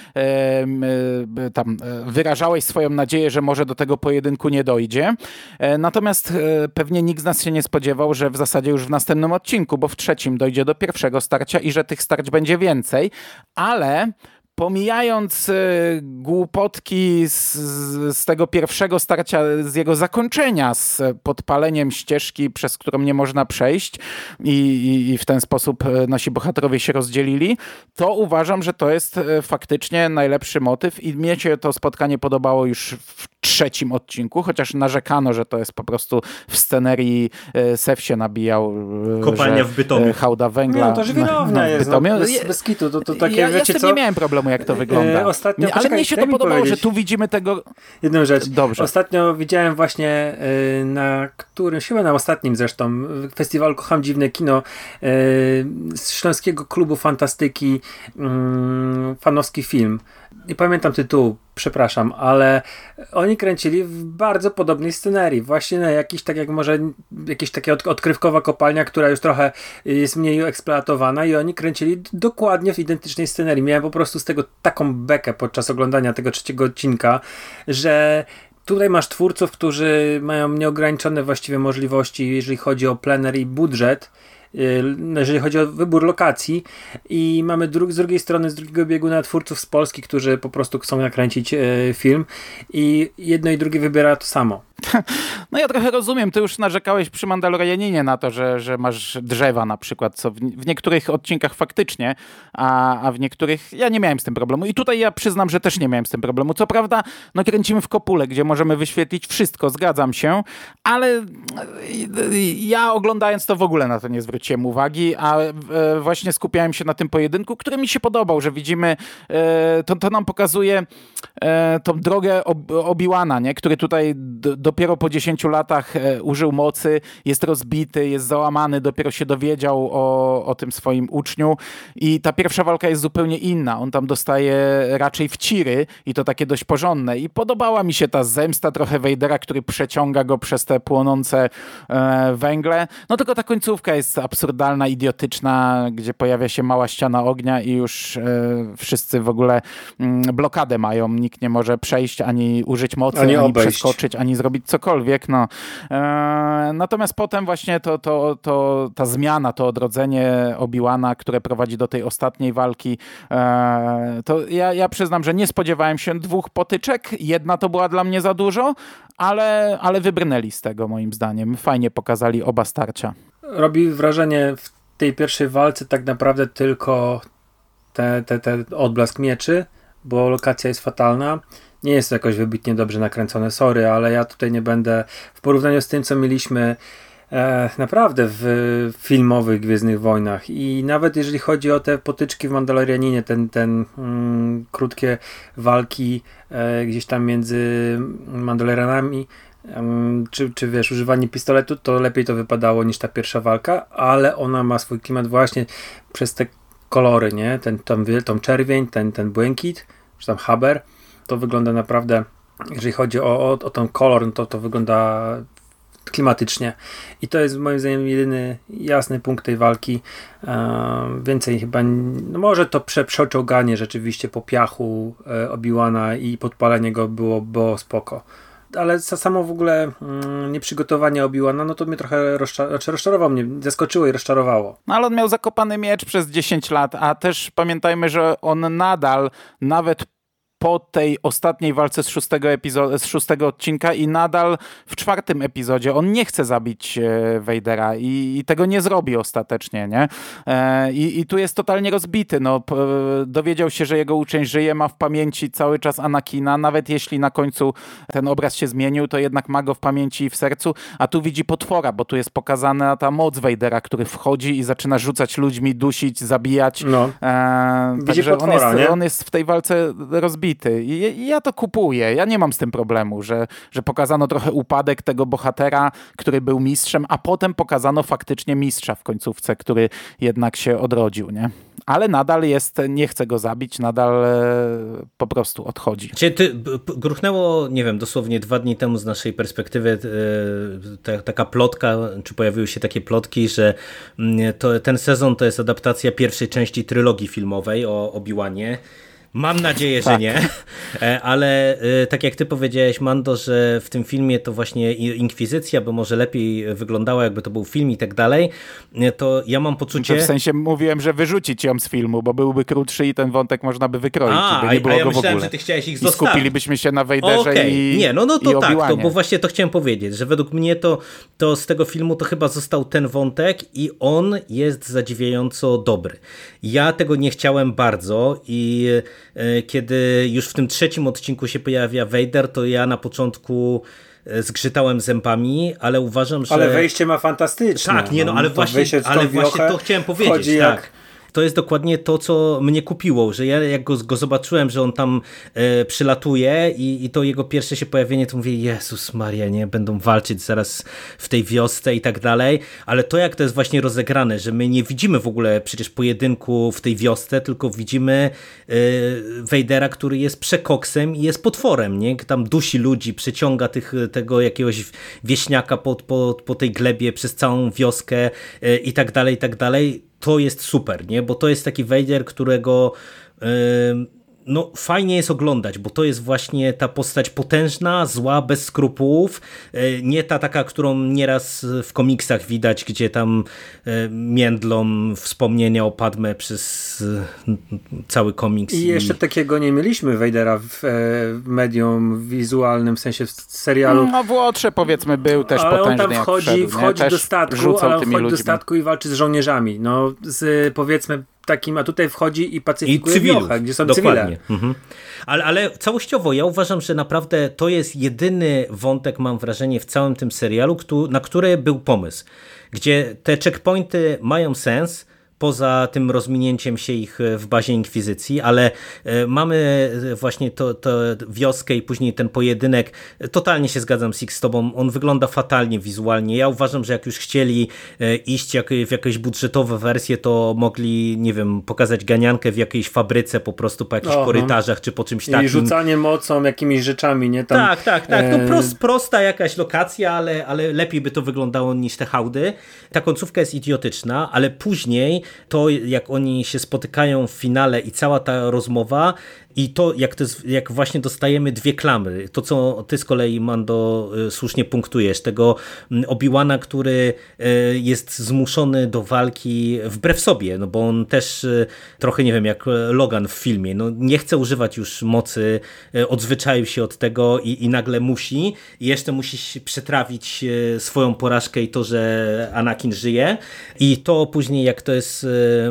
e, tam e, wyrażałeś swoją nadzieję, że może do tego pojedynku nie dojdzie. Natomiast pewnie nikt z nas się nie spodziewał, że w zasadzie już w następnym odcinku, bo w trzecim dojdzie do pierwszego starcia i że tych starć będzie więcej, ale pomijając y, głupotki z, z tego pierwszego starcia, z jego zakończenia, z podpaleniem ścieżki, przez którą nie można przejść i, i, i w ten sposób nasi bohaterowie się rozdzielili, to uważam, że to jest faktycznie najlepszy motyw i mnie się to spotkanie podobało już w trzecim odcinku, chociaż narzekano, że to jest po prostu w scenerii Sef się nabijał, kopalnia że w Bytomiu. Hałda węgla. No to żwirownia jest, no, bez, bez kitu, to, to takie, ja, ja wiecie z tym co? nie miałem problemu, jak to wygląda. E, ostatnio, nie, ale poczekaj, mnie się daj to mi podobało, powiedzieć. że tu widzimy tego... Jedną rzecz. Dobrze. Ostatnio widziałem właśnie y, na którymś, chyba na ostatnim zresztą, festiwalu Kocham Dziwne Kino y, z Śląskiego Klubu Fantastyki y, fanowski film. Nie pamiętam tytułu, przepraszam, ale oni kręcili w bardzo podobnej scenerii. Właśnie na jakiś, tak jak może jakaś taka od, odkrywkowa kopalnia, która już trochę jest mniej eksploatowana i oni kręcili dokładnie w identycznej scenerii. Miałem po prostu z tego taką bekę podczas oglądania tego trzeciego odcinka, że tutaj masz twórców, którzy mają nieograniczone właściwie możliwości, jeżeli chodzi o plener i budżet, jeżeli chodzi o wybór lokacji, i mamy dru- z drugiej strony, z drugiego bieguna twórców z Polski, którzy po prostu chcą nakręcić e, film, i jedno i drugie wybiera to samo. No ja trochę rozumiem, ty już narzekałeś przy Mandalorianinie na to, że, że masz drzewa na przykład, co w, w niektórych odcinkach faktycznie, a, a w niektórych ja nie miałem z tym problemu. I tutaj ja przyznam, że też nie miałem z tym problemu. Co prawda, no kręcimy w kopule, gdzie możemy wyświetlić wszystko, zgadzam się, ale ja oglądając to w ogóle na to nie zwróciłem uwagi, a właśnie skupiałem się na tym pojedynku, który mi się podobał, że widzimy, to, to nam pokazuje tą drogę Obi-Wana, nie? Który tutaj do, dopiero po dziesięciu latach użył mocy, jest rozbity, jest załamany, dopiero się dowiedział o, o tym swoim uczniu, i ta pierwsza walka jest zupełnie inna. On tam dostaje raczej wciry i to takie dość porządne, i podobała mi się ta zemsta trochę Vadera, który przeciąga go przez te płonące e, węgle. No tylko ta końcówka jest absurdalna, idiotyczna, gdzie pojawia się mała ściana ognia i już e, wszyscy w ogóle m, blokadę mają. Nikt nie może przejść, ani użyć mocy, ani, ani przeskoczyć, ani zrobić cokolwiek. No. E, natomiast potem właśnie to, to, to, ta zmiana, to odrodzenie Obi-Wana, które prowadzi do tej ostatniej walki, e, to ja, ja przyznam, że nie spodziewałem się dwóch potyczek. Jedna to była dla mnie za dużo, ale, ale wybrnęli z tego moim zdaniem. Fajnie pokazali oba starcia. Robi wrażenie w tej pierwszej walce tak naprawdę tylko te, te, te odblask mieczy, bo lokacja jest fatalna. Nie jest to jakoś wybitnie dobrze nakręcone, sorry, ale ja tutaj nie będę, w porównaniu z tym, co mieliśmy e, naprawdę w filmowych Gwiezdnych Wojnach, i nawet jeżeli chodzi o te potyczki w Mandalorianinie, ten, ten mm, krótkie walki e, gdzieś tam między Mandalorianami, Um, czy, czy wiesz, używanie pistoletu, to lepiej to wypadało niż ta pierwsza walka, ale ona ma swój klimat właśnie przez te kolory, nie? Ten, tą, tą czerwień, ten, ten błękit, czy tam haber, to wygląda naprawdę, jeżeli chodzi o, o, o ten kolor, no to to wygląda klimatycznie, i to jest moim zdaniem jedyny jasny punkt tej walki. Um, więcej chyba, no może to prze, przeczołganie rzeczywiście po piachu e, Obi-Wana i podpalenie go było, było spoko. Ale samo w ogóle mm, nieprzygotowanie Obi-Wana, no to mnie trochę rozczar- znaczy rozczarowało mnie, zaskoczyło i rozczarowało. No ale on miał zakopany miecz przez dziesięć lat, a też pamiętajmy, że on nadal, nawet po tej ostatniej walce z szóstego, epizo- z szóstego odcinka i nadal w czwartym epizodzie on nie chce zabić e, Vadera i, i tego nie zrobi ostatecznie, nie? E, i, I tu jest totalnie rozbity. No, p- dowiedział się, że jego uczeń żyje, ma w pamięci cały czas Anakina, nawet jeśli na końcu ten obraz się zmienił, to jednak ma go w pamięci i w sercu, a tu widzi potwora, bo tu jest pokazana ta moc Vadera, który wchodzi i zaczyna rzucać ludźmi, dusić, zabijać. No. E, Widzi także potwora, on jest, nie? on jest w tej walce rozbity. I ja to kupuję. Ja nie mam z tym problemu, że, że pokazano trochę upadek tego bohatera, który był mistrzem, a potem pokazano faktycznie mistrza w końcówce, który jednak się odrodził, nie? Ale nadal jest, nie chce go zabić, nadal e, po prostu odchodzi. Czyli ty, b, b, gruchnęło, nie wiem, dosłownie dwa dni temu z naszej perspektywy e, ta, taka plotka, czy pojawiły się takie plotki, że m, to, ten sezon to jest adaptacja pierwszej części trylogii filmowej o Obi-Wanie. Mam nadzieję, tak. że nie, ale tak jak ty powiedziałeś, Mando, że w tym filmie to właśnie Inkwizycja by może lepiej wyglądała, jakby to był film i tak dalej, to ja mam poczucie... To w sensie mówiłem, że wyrzucić ją z filmu, bo byłby krótszy i ten wątek można by wykroić, a, by nie było a ja go myślałem, w ogóle. że ty chciałeś ich I zostawić. skupilibyśmy się na Vaderze okay. i Nie, no, no to tak, to, bo właśnie to chciałem powiedzieć, że według mnie to, to z tego filmu to chyba został ten wątek i on jest zadziwiająco dobry. Ja tego nie chciałem bardzo i e, kiedy już w tym trzecim odcinku się pojawia Vader, to ja na początku zgrzytałem zębami, ale uważam, że... Ale wejście ma fantastyczne. Tak, nie no, ale to właśnie, ale właśnie to chciałem powiedzieć, tak. Jak... To jest dokładnie to, co mnie kupiło, że ja jak go, go zobaczyłem, że on tam e, przylatuje i, i to jego pierwsze się pojawienie, to mówię, Jezus Maria, nie, będą walczyć zaraz w tej wiosce i tak dalej, ale to jak to jest właśnie rozegrane, że my nie widzimy w ogóle przecież pojedynku w tej wiosce, tylko widzimy e, Vadera, który jest przekoksem i jest potworem, nie, tam dusi ludzi, przyciąga tych, tego jakiegoś wieśniaka po, po, po tej glebie przez całą wioskę e, i tak dalej, i tak dalej. To jest super, nie? Bo to jest taki Vader, którego yy, no fajnie jest oglądać, bo to jest właśnie ta postać potężna, zła, bez skrupułów, nie ta taka, którą nieraz w komiksach widać, gdzie tam międlą wspomnienia o Padme przez cały komiks. I jeszcze i... takiego nie mieliśmy Vadera w medium wizualnym, w sensie w serialu. No w Łotrze powiedzmy był też ale potężny. On tam wchodzi, wchodzi do statku, ale on wchodzi do statku i walczy z żołnierzami. No z powiedzmy takim, a tutaj wchodzi i pacyfikuje wiochę, gdzie są dokładnie. cywile. Mhm. Ale, ale całościowo ja uważam, że naprawdę to jest jedyny wątek, mam wrażenie, w całym tym serialu, na który był pomysł. Gdzie te checkpointy mają sens, poza tym rozminięciem się ich w bazie Inkwizycji, ale mamy właśnie to, to wioskę i później ten pojedynek. Totalnie się zgadzam, Six, z tobą. On wygląda fatalnie wizualnie. Ja uważam, że jak już chcieli iść jak, w jakieś budżetowe wersje, to mogli, nie wiem, pokazać ganiankę w jakiejś fabryce po prostu po jakichś Oho. korytarzach, czy po czymś I takim. I rzucanie mocą, jakimiś rzeczami, nie? Tam, tak, tak, tak. No prost, prosta jakaś lokacja, ale, ale lepiej by to wyglądało niż te hałdy. Ta końcówka jest idiotyczna, ale później to, jak oni się spotykają w finale i cała ta rozmowa i to, jak, to jest, jak właśnie dostajemy dwie klamy, to co ty z kolei, Mando, słusznie punktujesz, tego Obi-Wana, który jest zmuszony do walki wbrew sobie, no bo on też trochę, nie wiem, jak Logan w filmie, no nie chce używać już mocy, odzwyczaił się od tego i, i nagle musi i jeszcze musi przetrawić swoją porażkę i to, że Anakin żyje i to później, jak to jest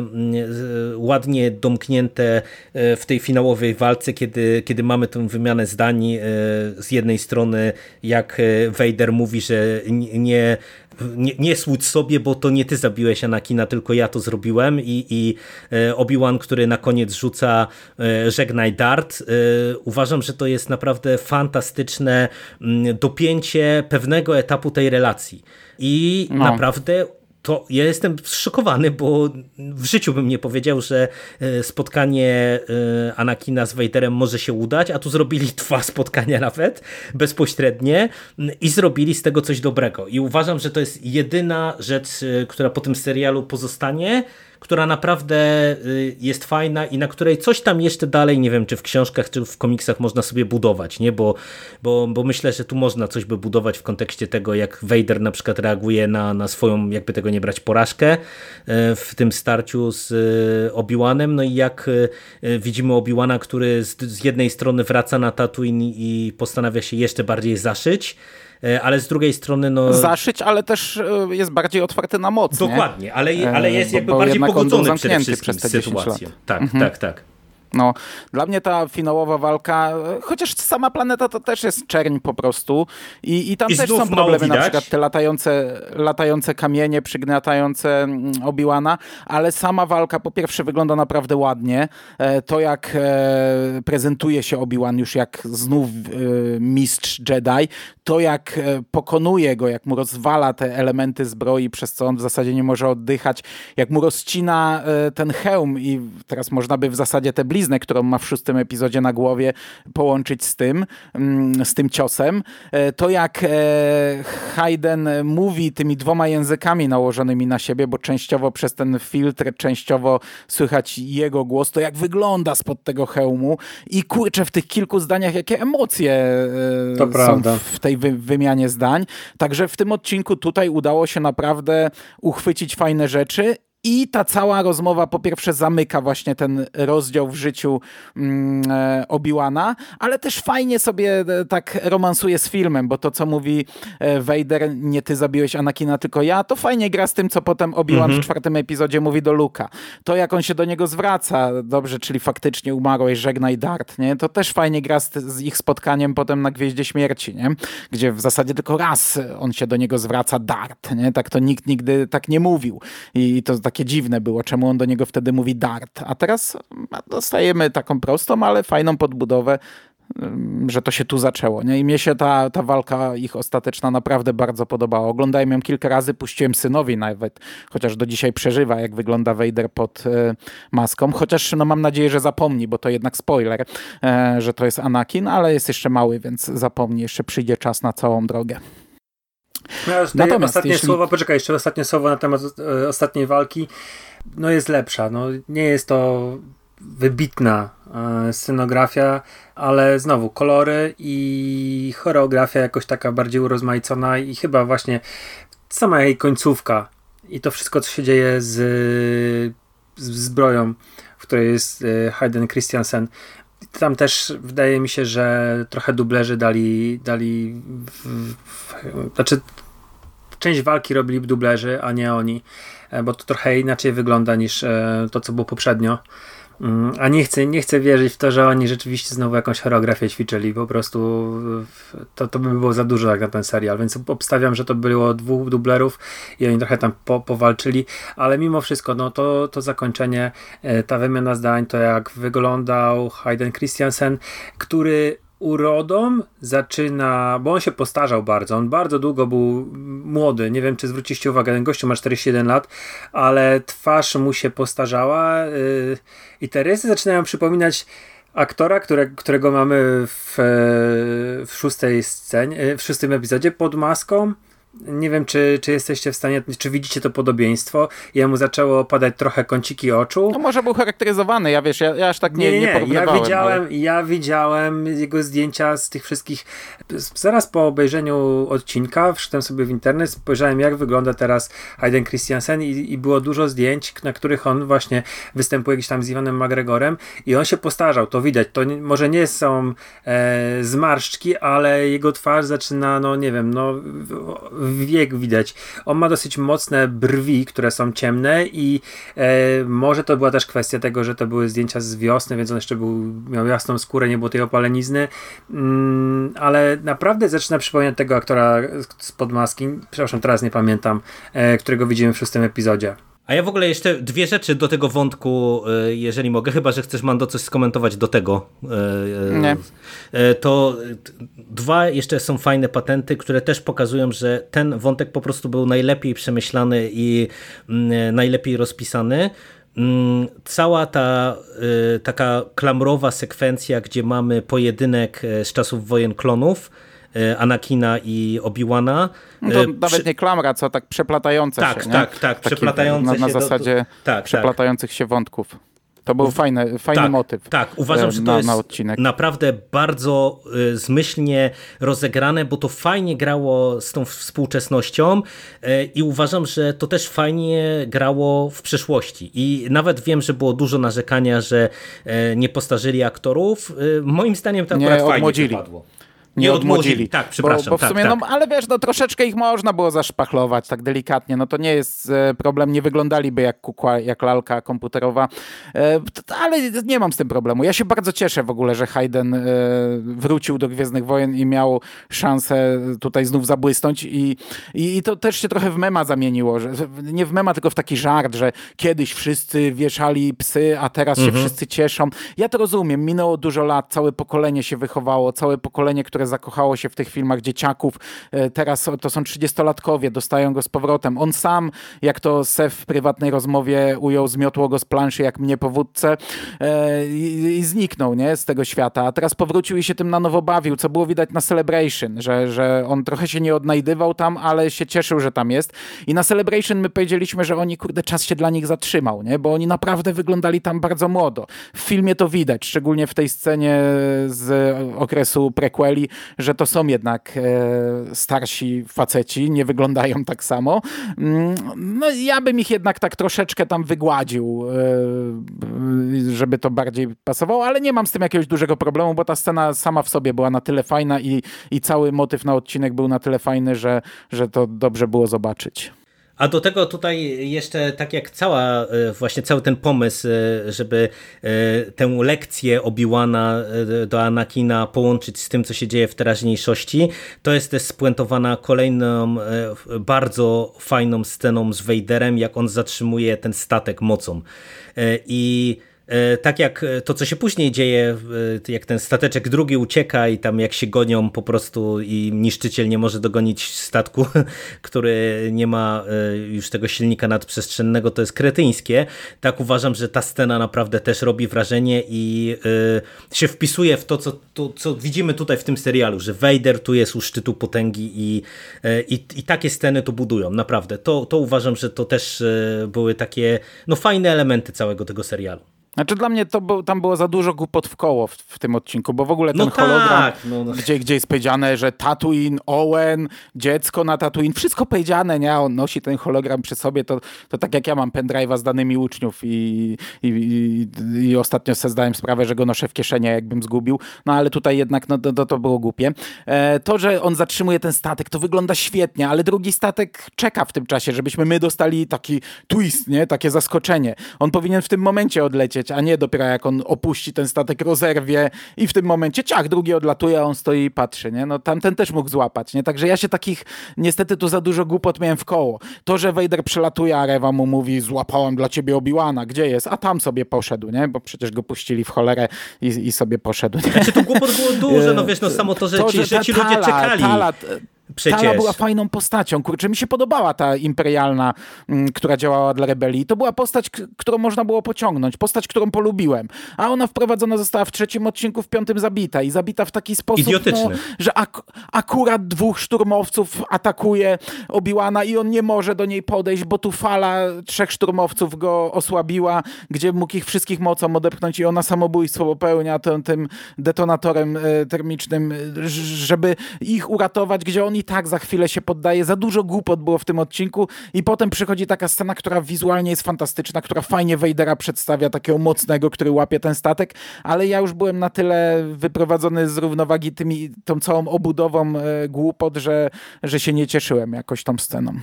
ładnie domknięte w tej finałowej walce, kiedy, kiedy mamy tę wymianę zdań z jednej strony, jak Vader mówi, że nie, nie, nie słudź sobie, bo to nie ty zabiłeś Anakina, tylko ja to zrobiłem i, i Obi-Wan, który na koniec rzuca żegnaj Dart. Uważam, że to jest naprawdę fantastyczne dopięcie pewnego etapu tej relacji i no. naprawdę to ja jestem zszokowany, bo w życiu bym nie powiedział, że spotkanie Anakina z Vaderem może się udać, a tu zrobili dwa spotkania nawet bezpośrednie i zrobili z tego coś dobrego. I uważam, że to jest jedyna rzecz, która po tym serialu pozostanie, która naprawdę jest fajna i na której coś tam jeszcze dalej, nie wiem, czy w książkach, czy w komiksach można sobie budować, nie? Bo, bo, bo myślę, że tu można coś by budować w kontekście tego, jak Vader na przykład reaguje na, na swoją, jakby tego nie brać, porażkę w tym starciu z Obi-Wanem, no i jak widzimy Obi-Wana, który z, z jednej strony wraca na Tatooine i postanawia się jeszcze bardziej zaszyć, ale z drugiej strony no... Zaszyć, ale też jest bardziej otwarty na moc. Dokładnie, nie? ale, ale jest jakby bo, bo bardziej pogodzony przede wszystkim z sytuacją. Tak, mhm. tak, tak. No, dla mnie ta finałowa walka, chociaż sama planeta to też jest czerń po prostu i, i tam I też są problemy, na przykład te latające, latające kamienie przygniatające Obi-Wana, ale sama walka po pierwsze wygląda naprawdę ładnie. To jak prezentuje się Obi-Wan już jak znów mistrz Jedi, to jak pokonuje go, jak mu rozwala te elementy zbroi, przez co on w zasadzie nie może oddychać, jak mu rozcina ten hełm i teraz można by w zasadzie te bliznę, którą ma w szóstym epizodzie na głowie, połączyć z tym, z tym ciosem. To jak Hayden mówi tymi dwoma językami nałożonymi na siebie, bo częściowo przez ten filtr, częściowo słychać jego głos, to jak wygląda spod tego hełmu i kurczę, w tych kilku zdaniach jakie emocje to są prawda. w tej wy- wymianie zdań. Także w tym odcinku tutaj udało się naprawdę uchwycić fajne rzeczy. I ta cała rozmowa po pierwsze zamyka właśnie ten rozdział w życiu mm, Obi-Wana, ale też fajnie sobie tak romansuje z filmem, bo to co mówi Vader, nie ty zabiłeś Anakina, tylko ja, to fajnie gra z tym, co potem Obi-Wan mhm. w czwartym epizodzie mówi do Luka. To jak on się do niego zwraca, dobrze, czyli faktycznie umarłeś, żegnaj Dart, nie? To też fajnie gra z, z ich spotkaniem potem na Gwieździe Śmierci, nie? Gdzie w zasadzie tylko raz on się do niego zwraca, Dart, nie? Tak to nikt nigdy tak nie mówił. I, i to takie dziwne było, czemu on do niego wtedy mówi Dart. A teraz dostajemy taką prostą, ale fajną podbudowę, że to się tu zaczęło. Nie? I mnie się ta, ta walka ich ostateczna naprawdę bardzo podobała. Oglądałem ją kilka razy, puściłem synowi nawet, chociaż do dzisiaj przeżywa, jak wygląda Vader pod e, maską. Chociaż no, mam nadzieję, że zapomni, bo to jednak spoiler, e, że to jest Anakin, ale jest jeszcze mały, więc zapomni. Jeszcze przyjdzie czas na całą drogę. No, Natomiast ostatnie jeśli... słowa, poczekaj, jeszcze ostatnie słowo na temat e, ostatniej walki, no jest lepsza, no nie jest to wybitna scenografia, ale znowu kolory i choreografia jakoś taka bardziej urozmaicona i chyba właśnie sama jej końcówka i to wszystko, co się dzieje z, z zbroją, w której jest Hayden Christensen. Tam też wydaje mi się, że trochę dublerzy dali, dali w, w, znaczy część walki robili dublerzy, a nie oni, bo to trochę inaczej wygląda niż to, co było poprzednio. A nie chcę, nie chcę wierzyć w to, że oni rzeczywiście znowu jakąś choreografię ćwiczyli. Po prostu to, to by było za dużo jak na ten serial, więc obstawiam, że to było dwóch dublerów i oni trochę tam po, powalczyli, ale mimo wszystko no to, to zakończenie, ta wymiana zdań, to jak wyglądał Hayden Christensen, który urodą zaczyna, bo on się postarzał bardzo, on bardzo długo był młody, nie wiem czy zwróciliście uwagę, ten gościu ma czterdzieści jeden lat, ale twarz mu się postarzała yy, i te rysy zaczynają przypominać aktora, które, którego mamy w, w szóstej scenie, w szóstym epizodzie pod maską. Nie wiem, czy, czy jesteście w stanie, czy widzicie to podobieństwo. Jemu zaczęło opadać trochę kąciki oczu. No może był charakteryzowany, ja wiesz, ja, ja aż tak nie, nie, nie, nie porównywałem. Ja widziałem, ale... ja widziałem jego zdjęcia z tych wszystkich. Zaraz po obejrzeniu odcinka wszedłem sobie w internet, spojrzałem jak wygląda teraz Hayden Christensen i, i było dużo zdjęć, na których on właśnie występuje gdzieś tam z Iwanem McGregorem i on się postarzał, to widać. To nie, może nie są e, zmarszczki, ale jego twarz zaczyna, no nie wiem, no wiek widać. On ma dosyć mocne brwi, które są ciemne i e, może to była też kwestia tego, że to były zdjęcia z wiosny, więc on jeszcze był, miał jasną skórę, nie było tej opalenizny, mm, ale naprawdę zaczyna przypominać tego aktora spod maski, przepraszam, teraz nie pamiętam, e, którego widzimy w szóstym epizodzie. A ja w ogóle jeszcze dwie rzeczy do tego wątku, jeżeli mogę, chyba że chcesz, Mando, coś skomentować do tego. Nie. To dwa jeszcze są fajne patenty, które też pokazują, że ten wątek po prostu był najlepiej przemyślany i najlepiej rozpisany. Cała ta taka klamrowa sekwencja, gdzie mamy pojedynek z czasów wojen klonów, Anakina i Obi-Wana. No to nawet Prze... nie klamra, co tak przeplatające tak, się. Tak, tak, tak. Przeplatające na, na się. zasadzie do, tak, przeplatających tak. się wątków. To był fajny, fajny tak, motyw. Tak, uważam, że to na, jest na odcinek. naprawdę bardzo y, zmyślnie rozegrane, bo to fajnie grało z tą współczesnością y, i uważam, że to też fajnie grało w przeszłości. I nawet wiem, że było dużo narzekania, że y, nie postarzyli aktorów. Y, moim zdaniem to akurat fajnie wypadło. Nie, nie odmłodzili. odmłodzili. Tak, przepraszam. Bo, bo w sumie, tak, no, tak. ale wiesz, no troszeczkę ich można było zaszpachlować tak delikatnie. No to nie jest e, problem, nie wyglądaliby jak kukła, jak lalka komputerowa. E, to, ale nie mam z tym problemu. Ja się bardzo cieszę w ogóle, że Hayden e, wrócił do Gwiezdnych Wojen i miał szansę tutaj znów zabłysnąć i, i, i to też się trochę w mema zamieniło. Że, nie w mema, tylko w taki żart, że kiedyś wszyscy wieszali psy, a teraz mhm. się wszyscy cieszą. Ja to rozumiem. Minęło dużo lat, całe pokolenie się wychowało, całe pokolenie, które zakochało się w tych filmach dzieciaków. Teraz to są trzydziestolatkowie, dostają go z powrotem. On sam, jak to Sef w prywatnej rozmowie ujął, zmiotło go z planszy jak mnie po wódce i, i zniknął, nie, z tego świata. A teraz powrócił i się tym na nowo bawił, co było widać na Celebration, że, że on trochę się nie odnajdywał tam, ale się cieszył, że tam jest. I na Celebration my powiedzieliśmy, że oni, kurde, czas się dla nich zatrzymał, nie, bo oni naprawdę wyglądali tam bardzo młodo. W filmie to widać, szczególnie w tej scenie z okresu prequeli, że to są jednak e, starsi faceci, nie wyglądają tak samo. No ja bym ich jednak tak troszeczkę tam wygładził, e, żeby to bardziej pasowało, ale nie mam z tym jakiegoś dużego problemu, bo ta scena sama w sobie była na tyle fajna i, i cały motyw na odcinek był na tyle fajny, że, że to dobrze było zobaczyć. A do tego tutaj jeszcze tak jak cała, właśnie cały ten pomysł, żeby tę lekcję Obi-Wana do Anakina połączyć z tym, co się dzieje w teraźniejszości, to jest też spuentowana kolejną bardzo fajną sceną z Vaderem, jak on zatrzymuje ten statek mocą. I tak jak to, co się później dzieje, jak ten stateczek drugi ucieka i tam jak się gonią po prostu i niszczyciel nie może dogonić statku, który nie ma już tego silnika nadprzestrzennego, to jest kretyńskie. Tak uważam, że ta scena naprawdę też robi wrażenie i się wpisuje w to, co, to, co widzimy tutaj w tym serialu, że Vader tu jest u szczytu potęgi i, i, i takie sceny to budują, naprawdę. To, to uważam, że to też były takie no, fajne elementy całego tego serialu. Znaczy dla mnie to bo, tam było za dużo głupot w koło w, w tym odcinku, bo w ogóle ten no hologram, tak, no, no. Gdzie, gdzie jest powiedziane, że Tatooine, Owen, dziecko na Tatooine, wszystko powiedziane, nie? A on nosi ten hologram przy sobie, to, to tak jak ja mam pendrive'a z danymi uczniów i, i, i, i ostatnio sobie zdałem sprawę, że go noszę w kieszeni, jakbym zgubił, no ale tutaj jednak no, to, to było głupie. E, to, że on zatrzymuje ten statek, to wygląda świetnie, ale drugi statek czeka w tym czasie, żebyśmy my dostali taki twist, nie? Takie zaskoczenie. On powinien w tym momencie odlecieć, a nie dopiero jak on opuści ten statek, rozerwie i w tym momencie ciach, drugi odlatuje, a on stoi i patrzy, nie? No tamten też mógł złapać, nie? Także ja się takich, niestety tu za dużo głupot miałem w koło. To, że Vader przelatuje, a Reva mu mówi, złapałem dla ciebie Obi-Wana, gdzie jest? A tam sobie poszedł, nie? Bo przecież go puścili w cholerę i, i sobie poszedł, nie? Znaczy to głupot było dużo, no wiesz, no samo to, że to, ci, że że ci ludzie tala, czekali. Tala, Przecież. Tala była fajną postacią. Kurczę, mi się podobała ta imperialna, m, która działała dla rebelii. To była postać, k- którą można było pociągnąć. Postać, którą polubiłem. A ona wprowadzona została w trzecim odcinku, w piątym zabita. I zabita w taki sposób, idiotyczny. No, że ak- akurat dwóch szturmowców atakuje Obi-Wana i on nie może do niej podejść, bo tu fala trzech szturmowców go osłabiła, gdzie mógł ich wszystkich mocą odepchnąć i ona samobójstwo popełnia tym, tym detonatorem e, termicznym, ż- żeby ich uratować, gdzie on i tak za chwilę się poddaje. Za dużo głupot było w tym odcinku i potem przychodzi taka scena, która wizualnie jest fantastyczna, która fajnie Vadera przedstawia, takiego mocnego, który łapie ten statek, ale ja już byłem na tyle wyprowadzony z równowagi tymi, tą całą obudową e, głupot, że, że się nie cieszyłem jakoś tą sceną.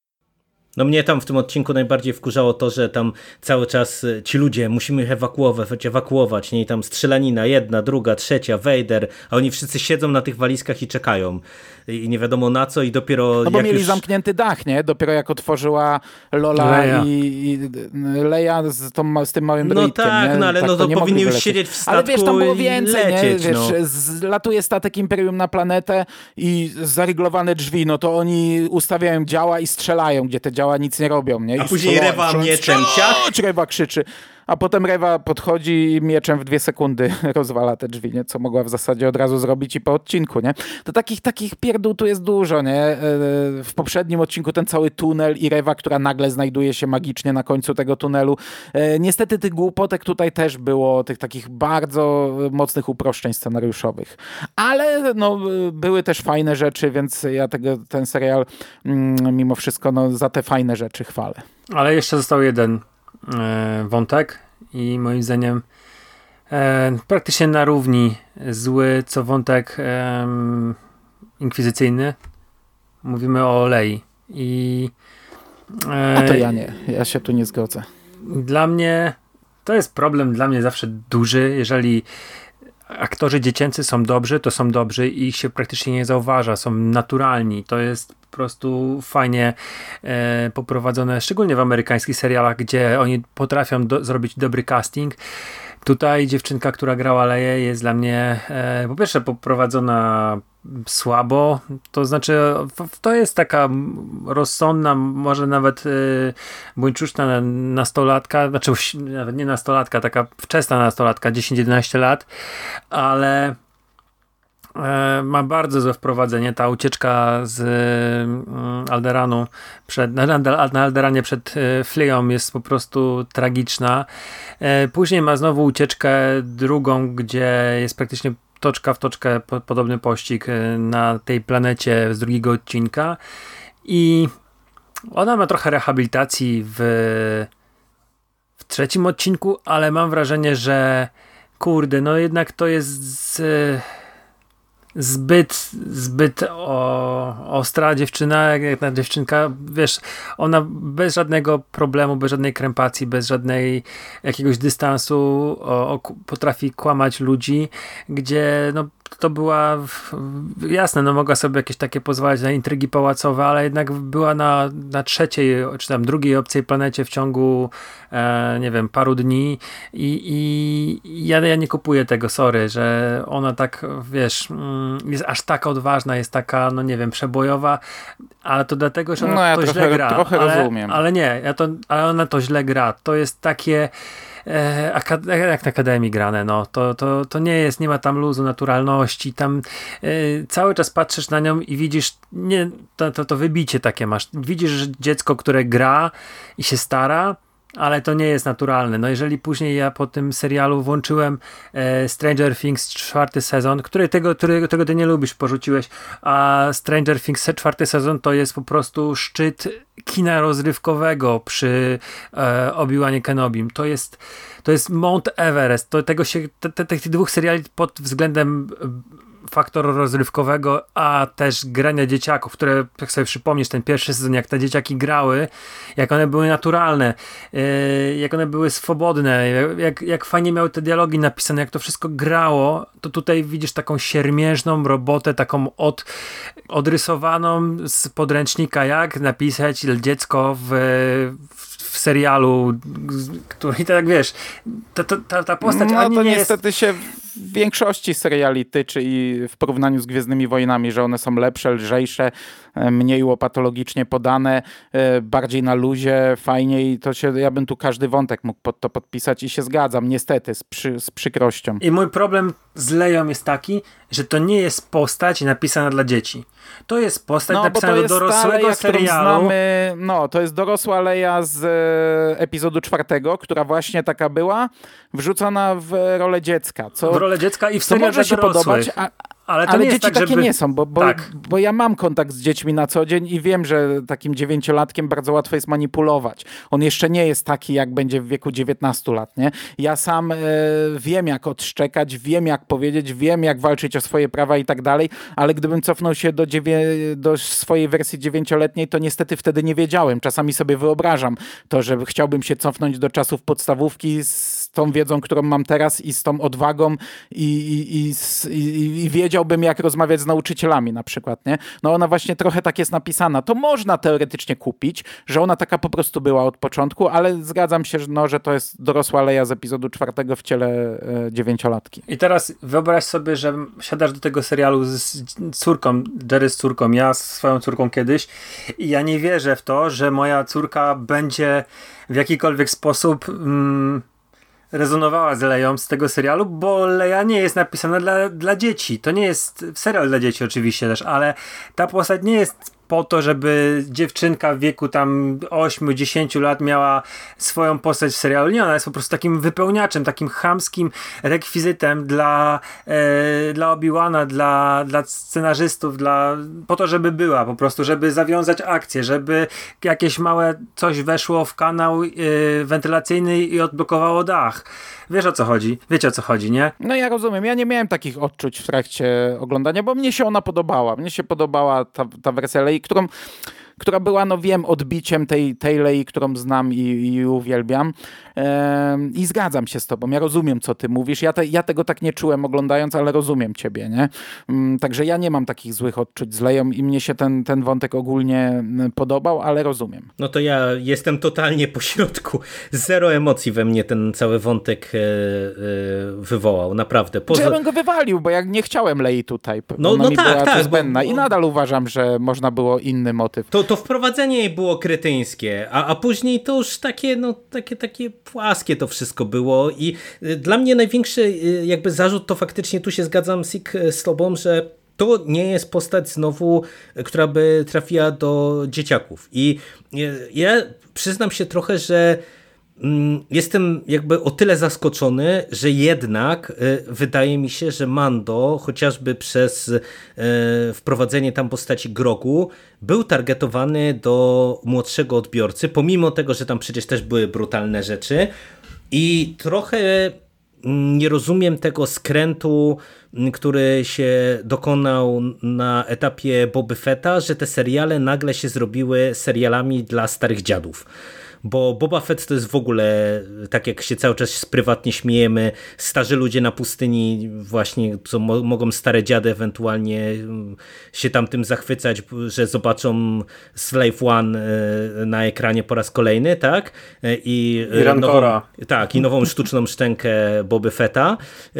No mnie tam w tym odcinku najbardziej wkurzało to, że tam cały czas ci ludzie, musimy ich ewakuować, ewakuować, nie? I tam strzelanina, jedna, druga, trzecia, Vader, a oni wszyscy siedzą na tych walizkach i czekają. I nie wiadomo na co i dopiero... No bo jak mieli już... zamknięty dach, nie? Dopiero jak otworzyła Lola Leia. i, i Leia z, tą, z tym małym No droidkiem, tak, nie? no ale tak no to nie powinni mogli już wylecieć. siedzieć w statku ale wiesz, tam było i więcej, lecieć, nie? Wiesz, no. latuje statek Imperium na planetę i zaryglowane drzwi, no to oni ustawiają działa i strzelają, gdzie te działa nic nie robią, nie? I A później strzelą, Rewa strzelą, mieczem, ciach. Rewa krzyczy. A potem Rewa podchodzi i mieczem w dwie sekundy rozwala te drzwi, nie? Co mogła w zasadzie od razu zrobić i po odcinku, nie? To takich, takich pierdół tu jest dużo, nie? W poprzednim odcinku ten cały tunel i Rewa, która nagle znajduje się magicznie na końcu tego tunelu. Niestety tych głupotek tutaj też było, tych takich bardzo mocnych uproszczeń scenariuszowych. Ale no, były też fajne rzeczy, więc ja tego, ten serial mimo wszystko no, za te fajne rzeczy chwalę. Ale jeszcze został jeden e, wątek i moim zdaniem e, praktycznie na równi zły co wątek e, inkwizycyjny. Mówimy o Lei. I e, A to ja nie. Ja się tu nie zgodzę. Dla mnie to jest problem dla mnie zawsze duży, jeżeli aktorzy dziecięcy są dobrzy, to są dobrzy i ich się praktycznie nie zauważa, są naturalni. To jest po prostu fajnie e, poprowadzone, szczególnie w amerykańskich serialach, gdzie oni potrafią do, zrobić dobry casting. Tutaj dziewczynka, która grała Leję, jest dla mnie e, po pierwsze poprowadzona słabo, to znaczy to jest taka rozsądna, może nawet yy, buńczuczna nastolatka, znaczy nawet nie nastolatka, taka wczesna nastolatka, dziesięć jedenaście lat, ale e, ma bardzo złe wprowadzenie. Ta ucieczka z y, Alderanu przed, na, na Alderanie przed y, Fleą jest po prostu tragiczna. E, później ma znowu ucieczkę drugą, gdzie jest praktycznie toczka w toczkę po, podobny pościg na tej planecie z drugiego odcinka i ona ma trochę rehabilitacji w, w trzecim odcinku, ale mam wrażenie, że kurde, no jednak to jest z, zbyt zbyt o, ostra dziewczyna, jak ta dziewczynka, wiesz, ona bez żadnego problemu, bez żadnej krępacji, bez żadnej jakiegoś dystansu o, o, potrafi kłamać ludzi, gdzie no to była jasne, no mogła sobie jakieś takie pozwalać na intrygi pałacowe, ale jednak była na, na trzeciej, czy tam drugiej obcej planecie w ciągu e, nie wiem, paru dni i, i ja, ja nie kupuję tego, sorry, że ona tak, wiesz, jest aż tak odważna, jest taka, no nie wiem, przebojowa, ale to dlatego, że ona no ja to trochę, źle gra. Trochę ale, rozumiem. Ale nie, ja to, ale ona to źle gra. To jest takie E, akad- jak na Akademii grane, no, to, to, to nie jest, nie ma tam luzu, naturalności, tam e, cały czas patrzysz na nią i widzisz, nie, to, to, to wybicie takie masz, widzisz, że dziecko, które gra i się stara, ale to nie jest naturalne. No jeżeli później ja po tym serialu włączyłem e, Stranger Things czwarty sezon, który tego, który, tego ty nie lubisz, porzuciłeś, a Stranger Things czwarty sezon to jest po prostu szczyt kina rozrywkowego przy e, Obi-Wanie Kenobim. To jest, to jest Mount Everest. To, tego się, te, te, tych dwóch seriali pod względem faktoru rozrywkowego, a też grania dzieciaków, które, jak sobie przypomnisz, ten pierwszy sezon, jak te dzieciaki grały, jak one były naturalne, yy, jak one były swobodne, jak, jak fajnie miały te dialogi napisane, jak to wszystko grało, to tutaj widzisz taką siermiężną robotę, taką od, odrysowaną z podręcznika, jak napisać dziecko w, w w serialu, który tak wiesz, ta, ta, ta postać no, ani to nie niestety jest... się w większości seriali tyczy i w porównaniu z Gwiezdnymi Wojnami, że one są lepsze, lżejsze, mniej łopatologicznie podane, bardziej na luzie, fajniej, to się, ja bym tu każdy wątek mógł pod to podpisać i się zgadzam, niestety, z, przy, z przykrością. I mój problem z Leją jest taki, że to nie jest postać napisana dla dzieci. To jest postać no, napisana to do jest dorosłego Leia, serialu. Znamy, no, to jest dorosła Leia z e, epizodu czwartego, która właśnie taka była, wrzucona w rolę dziecka. Co, w rolę dziecka i w co serial może się dorosłych. podobać, a, ale, to ale nie dzieci jest tak, takie żeby... nie są, bo, bo, tak. bo ja mam kontakt z dziećmi na co dzień i wiem, że takim dziewięciolatkiem bardzo łatwo jest manipulować. On jeszcze nie jest taki, jak będzie w wieku dziewiętnastu lat, nie? Ja sam e, wiem, jak odszczekać, wiem, jak powiedzieć, wiem, jak walczyć o swoje prawa i tak dalej, ale gdybym cofnął się do, dziewię- do swojej wersji dziewięcioletniej, to niestety wtedy nie wiedziałem. Czasami sobie wyobrażam to, że chciałbym się cofnąć do czasów podstawówki z tą wiedzą, którą mam teraz i z tą odwagą i, i, i, i, i wiedziałbym, jak rozmawiać z nauczycielami na przykład, nie? No ona właśnie trochę tak jest napisana. To można teoretycznie kupić, że ona taka po prostu była od początku, ale zgadzam się, że, no, że to jest dorosła Leia z epizodu czwartego w ciele e, dziewięciolatki. I teraz wyobraź sobie, że siadasz do tego serialu z córką, Jerry z córką, ja z swoją córką kiedyś i ja nie wierzę w to, że moja córka będzie w jakikolwiek sposób mm, rezonowała z Leją z tego serialu, bo Leia nie jest napisana dla, dla dzieci. To nie jest serial dla dzieci oczywiście też, ale ta postać nie jest po to, żeby dziewczynka w wieku tam ośmiu dziesięciu lat miała swoją postać w serialu. Nie, ona jest po prostu takim wypełniaczem, takim chamskim rekwizytem dla, e, dla Obi-Wana, dla, dla scenarzystów, dla, po to, żeby była po prostu, żeby zawiązać akcję, żeby jakieś małe coś weszło w kanał e, wentylacyjny i odblokowało dach. Wiesz, o co chodzi? Wiecie, o co chodzi, nie? No ja rozumiem. Ja nie miałem takich odczuć w trakcie oglądania, bo mnie się ona podobała. Mnie się podobała ta, ta wersja Lei, którą, która była, no wiem, odbiciem tej, tej Lei, którą znam i, i uwielbiam. Ehm, I zgadzam się z tobą. Ja rozumiem, co ty mówisz. Ja, te, ja tego tak nie czułem oglądając, ale rozumiem ciebie, nie? Um, także ja nie mam takich złych odczuć z Leją i mnie się ten, ten wątek ogólnie podobał, ale rozumiem. No to ja jestem totalnie po środku. Zero emocji we mnie ten cały wątek e, e, wywołał, naprawdę. Poza... Ja bym go wywalił, bo ja nie chciałem Lei tutaj. No, Ona no mi tak, była tak. zbędna Bo, bo... i nadal uważam, że można było inny motyw. To, to wprowadzenie jej było kretyńskie, a, a później to już takie, no, takie, takie płaskie to wszystko było i dla mnie największy jakby zarzut to faktycznie, tu się zgadzam Sik, z tobą, że to nie jest postać znowu, która by trafiła do dzieciaków. I ja przyznam się trochę, że jestem jakby o tyle zaskoczony, że jednak wydaje mi się, że Mando chociażby przez wprowadzenie tam postaci Grogu był targetowany do młodszego odbiorcy, pomimo tego, że tam przecież też były brutalne rzeczy i trochę nie rozumiem tego skrętu, który się dokonał na etapie Boby Fetta, że te seriale nagle się zrobiły serialami dla starych dziadów. Bo Boba Fett to jest w ogóle, tak jak się cały czas prywatnie śmiejemy, starzy ludzie na pustyni właśnie, co mo- mogą stare dziady ewentualnie się tam tym zachwycać, że zobaczą Slave One na ekranie po raz kolejny, tak? I, I nową, tak, i nową sztuczną szczękę Boby Fetta.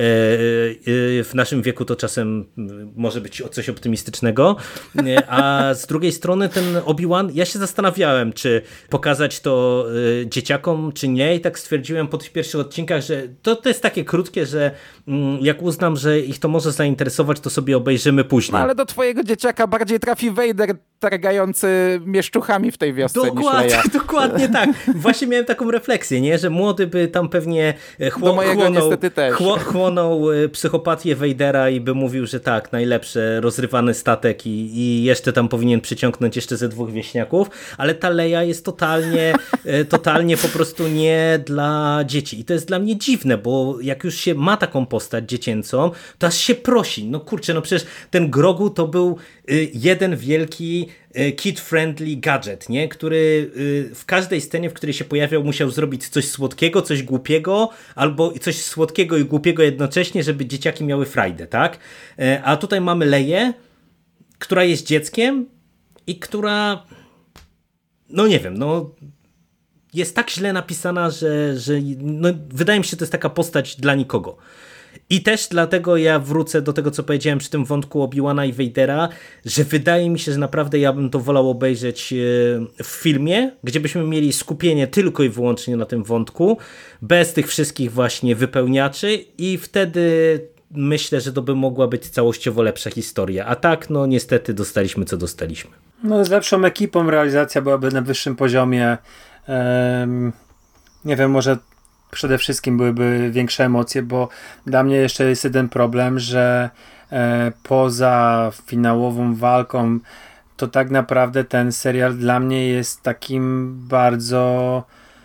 W naszym wieku to czasem może być coś optymistycznego. A z drugiej strony ten Obi-Wan, ja się zastanawiałem, czy pokazać to to y, dzieciakom, czy nie. I tak stwierdziłem po tych pierwszych odcinkach, że to, to jest takie krótkie, że mm, jak uznam, że ich to może zainteresować, to sobie obejrzymy później. No ale do twojego dzieciaka bardziej trafi Vader targający mieszczuchami w tej wiosce dokładnie, niż Leia. Dokładnie tak. Właśnie miałem taką refleksję, nie? Że młody by tam pewnie chło, do mojego chłonął, niestety też. Chło, chłonął psychopatię Vadera i by mówił, że tak, najlepsze, rozrywany statek i, i jeszcze tam powinien przyciągnąć jeszcze ze dwóch wieśniaków, ale ta Leia jest totalnie, totalnie po prostu nie dla dzieci. I to jest dla mnie dziwne, bo jak już się ma taką postać dziecięcą, to aż się prosi. No kurczę, no przecież ten Grogu to był jeden wielki kid-friendly gadżet, nie? Który w każdej scenie, w której się pojawiał, musiał zrobić coś słodkiego, coś głupiego, albo coś słodkiego i głupiego jednocześnie, żeby dzieciaki miały frajdę, tak? A tutaj mamy Leję, która jest dzieckiem i która, no nie wiem, no jest tak źle napisana, że, że no, wydaje mi się, że to jest taka postać dla nikogo. I też dlatego ja wrócę do tego, co powiedziałem przy tym wątku Obi-Wana i Vadera, że wydaje mi się, że naprawdę ja bym to wolał obejrzeć w filmie, gdzie byśmy mieli skupienie tylko i wyłącznie na tym wątku, bez tych wszystkich właśnie wypełniaczy i wtedy myślę, że to by mogła być całościowo lepsza historia. A tak, no niestety dostaliśmy, co dostaliśmy. No z lepszą ekipą realizacja byłaby na wyższym poziomie. Um, nie wiem, może przede wszystkim byłyby większe emocje, bo dla mnie jeszcze jest jeden problem, że e, poza finałową walką to tak naprawdę ten serial dla mnie jest takim bardzo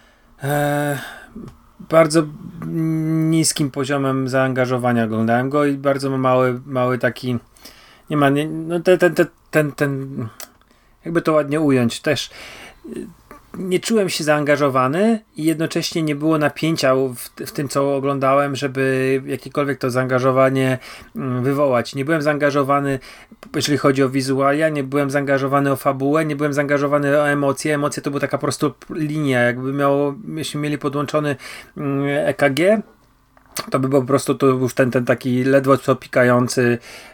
e, bardzo niskim poziomem zaangażowania. Oglądałem go i bardzo mały, mały taki nie ma, nie, no ten, ten, ten, ten, ten jakby to ładnie ująć, też nie czułem się zaangażowany i jednocześnie nie było napięcia w, w tym, co oglądałem, żeby jakiekolwiek to zaangażowanie wywołać. Nie byłem zaangażowany, jeżeli chodzi o wizualia, nie byłem zaangażowany o fabułę, nie byłem zaangażowany o emocje. Emocje to była taka po prostu linia, jakby miało, myśmy mieli podłączony E K G, to by po prostu to był ten, ten taki ledwo co pikający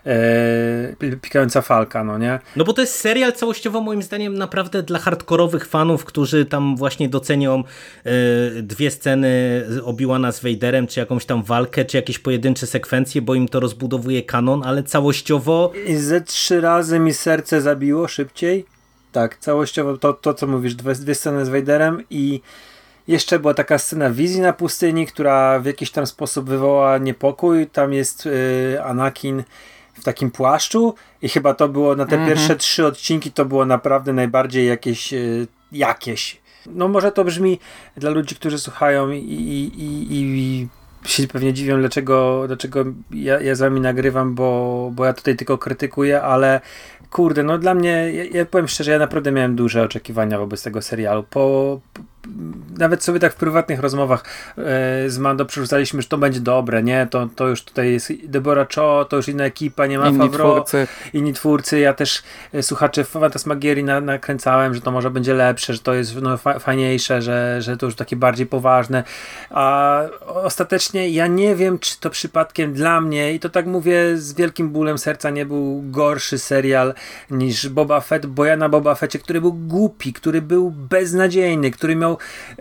e, pikająca falka, no nie? No bo to jest serial całościowo moim zdaniem naprawdę dla hardkorowych fanów, którzy tam właśnie docenią e, dwie sceny Obi-Wana z Vaderem, czy jakąś tam walkę, czy jakieś pojedyncze sekwencje, bo im to rozbudowuje kanon, ale całościowo... I ze trzy razy mi serce zabiło szybciej. Tak, całościowo to, to co mówisz, dwie, dwie sceny z Vaderem i jeszcze była taka scena wizji na pustyni, która w jakiś tam sposób wywoła niepokój. Tam jest yy, Anakin w takim płaszczu i chyba to było na te mm-hmm. pierwsze trzy odcinki to było naprawdę najbardziej jakieś yy, jakieś. No może to brzmi dla ludzi, którzy słuchają i, i, i, i się pewnie dziwią, dlaczego, dlaczego ja, ja z wami nagrywam, bo, bo ja tutaj tylko krytykuję, ale kurde, no dla mnie, ja, ja powiem szczerze, ja naprawdę miałem duże oczekiwania wobec tego serialu. Po, po nawet sobie tak w prywatnych rozmowach e, z Mando przerzucaliśmy, że to będzie dobre, nie? To, to już tutaj jest Deborah Cho, to już inna ekipa, nie ma inni Favreau, twórcy. inni twórcy. Ja też e, słuchaczy Fantasmagierii na, nakręcałem, że to może będzie lepsze, że to jest no, fa- fajniejsze, że, że to już takie bardziej poważne. A ostatecznie ja nie wiem, czy to przypadkiem dla mnie, i to tak mówię z wielkim bólem serca, nie był gorszy serial niż Boba Fett, bo ja na Boba Fetcie, który był głupi, który był beznadziejny, który miał e,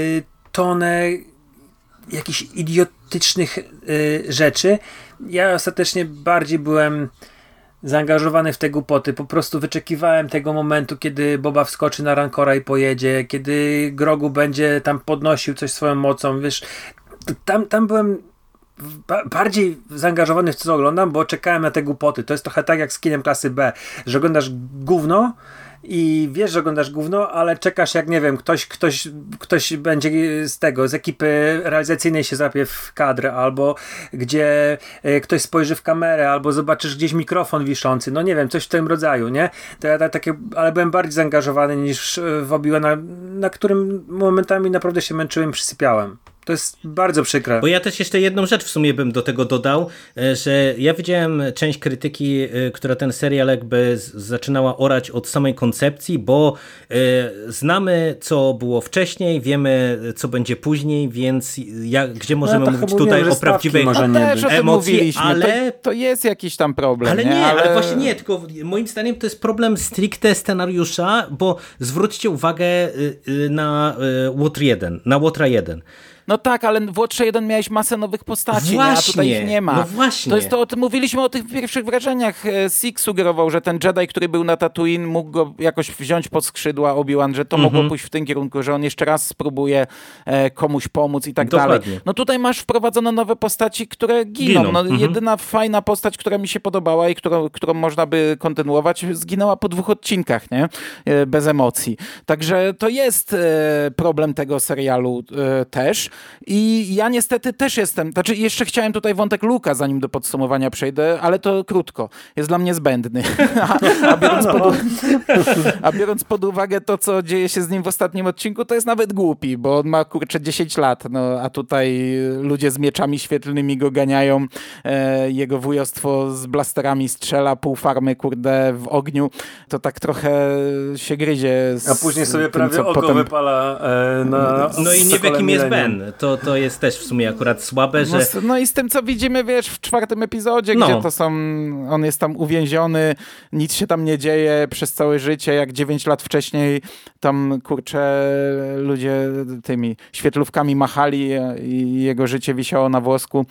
tonę jakichś idiotycznych e, rzeczy. Ja ostatecznie bardziej byłem zaangażowany w te głupoty. Po prostu wyczekiwałem tego momentu, kiedy Boba wskoczy na Rancora i pojedzie, kiedy Grogu będzie tam podnosił coś swoją mocą. Wiesz, tam, tam byłem ba- bardziej zaangażowany w to, co oglądam, bo czekałem na te głupoty. To jest trochę tak jak z kinem klasy B, że oglądasz gówno i wiesz, że oglądasz gówno, ale czekasz jak, nie wiem, ktoś, ktoś, ktoś będzie z tego, z ekipy realizacyjnej się zapie w kadr, albo gdzie ktoś spojrzy w kamerę, albo zobaczysz gdzieś mikrofon wiszący, no nie wiem, coś w tym rodzaju, nie? To ja takie, ale byłem bardziej zaangażowany niż w Obi-Wana, na którym momentami naprawdę się męczyłem, przysypiałem. To jest bardzo przykre. Bo ja też jeszcze jedną rzecz w sumie bym do tego dodał, że ja widziałem część krytyki, która ten serial jakby zaczynała orać od samej koncepcji, bo znamy, co było wcześniej, wiemy, co będzie później, więc jak, gdzie możemy no, mówić tutaj mówiłem, o prawdziwej może nie też emocji, ale... To, to jest jakiś tam problem. Ale nie, nie ale... ale właśnie nie, tylko moim zdaniem to jest problem stricte scenariusza, bo zwróćcie uwagę na Łotr jeden, na Łotra jeden. No tak, ale w Łotrze jeden miałeś masę nowych postaci, nie? A tutaj ich nie ma. No właśnie. To jest to, o tym mówiliśmy o tych pierwszych wrażeniach. Six sugerował, że ten Jedi, który był na Tatooine, mógł go jakoś wziąć pod skrzydła, Obi-Wan, że to mhm. mogło pójść w tym kierunku, że on jeszcze raz spróbuje e, komuś pomóc i tak Dokładnie. dalej. No tutaj masz wprowadzono nowe postaci, które giną. giną. No, mhm. Jedyna fajna postać, która mi się podobała i którą, którą można by kontynuować, zginęła po dwóch odcinkach, nie? E, bez emocji. Także to jest e, problem tego serialu e, też. I ja niestety też jestem, znaczy jeszcze chciałem tutaj wątek Luke'a, zanim do podsumowania przejdę, ale to krótko, jest dla mnie zbędny. a, a, biorąc pod, a biorąc pod uwagę to, co dzieje się z nim w ostatnim odcinku, to jest nawet głupi, bo on ma kurczę dziesięć lat, no a tutaj ludzie z mieczami świetlnymi go ganiają, e, jego wujostwo z blasterami strzela, pół farmy kurde w ogniu, to tak trochę się gryzie. Z a później sobie tym, prawie oko potem... wypala e, na no i nie w jakim jest Ben. To, to jest też w sumie akurat słabe, że... No, no i z tym, co widzimy, wiesz, w czwartym epizodzie, no. gdzie to są... On jest tam uwięziony, nic się tam nie dzieje przez całe życie, jak dziewięć lat wcześniej tam, kurczę, ludzie tymi świetlówkami machali i jego życie wisiało na włosku.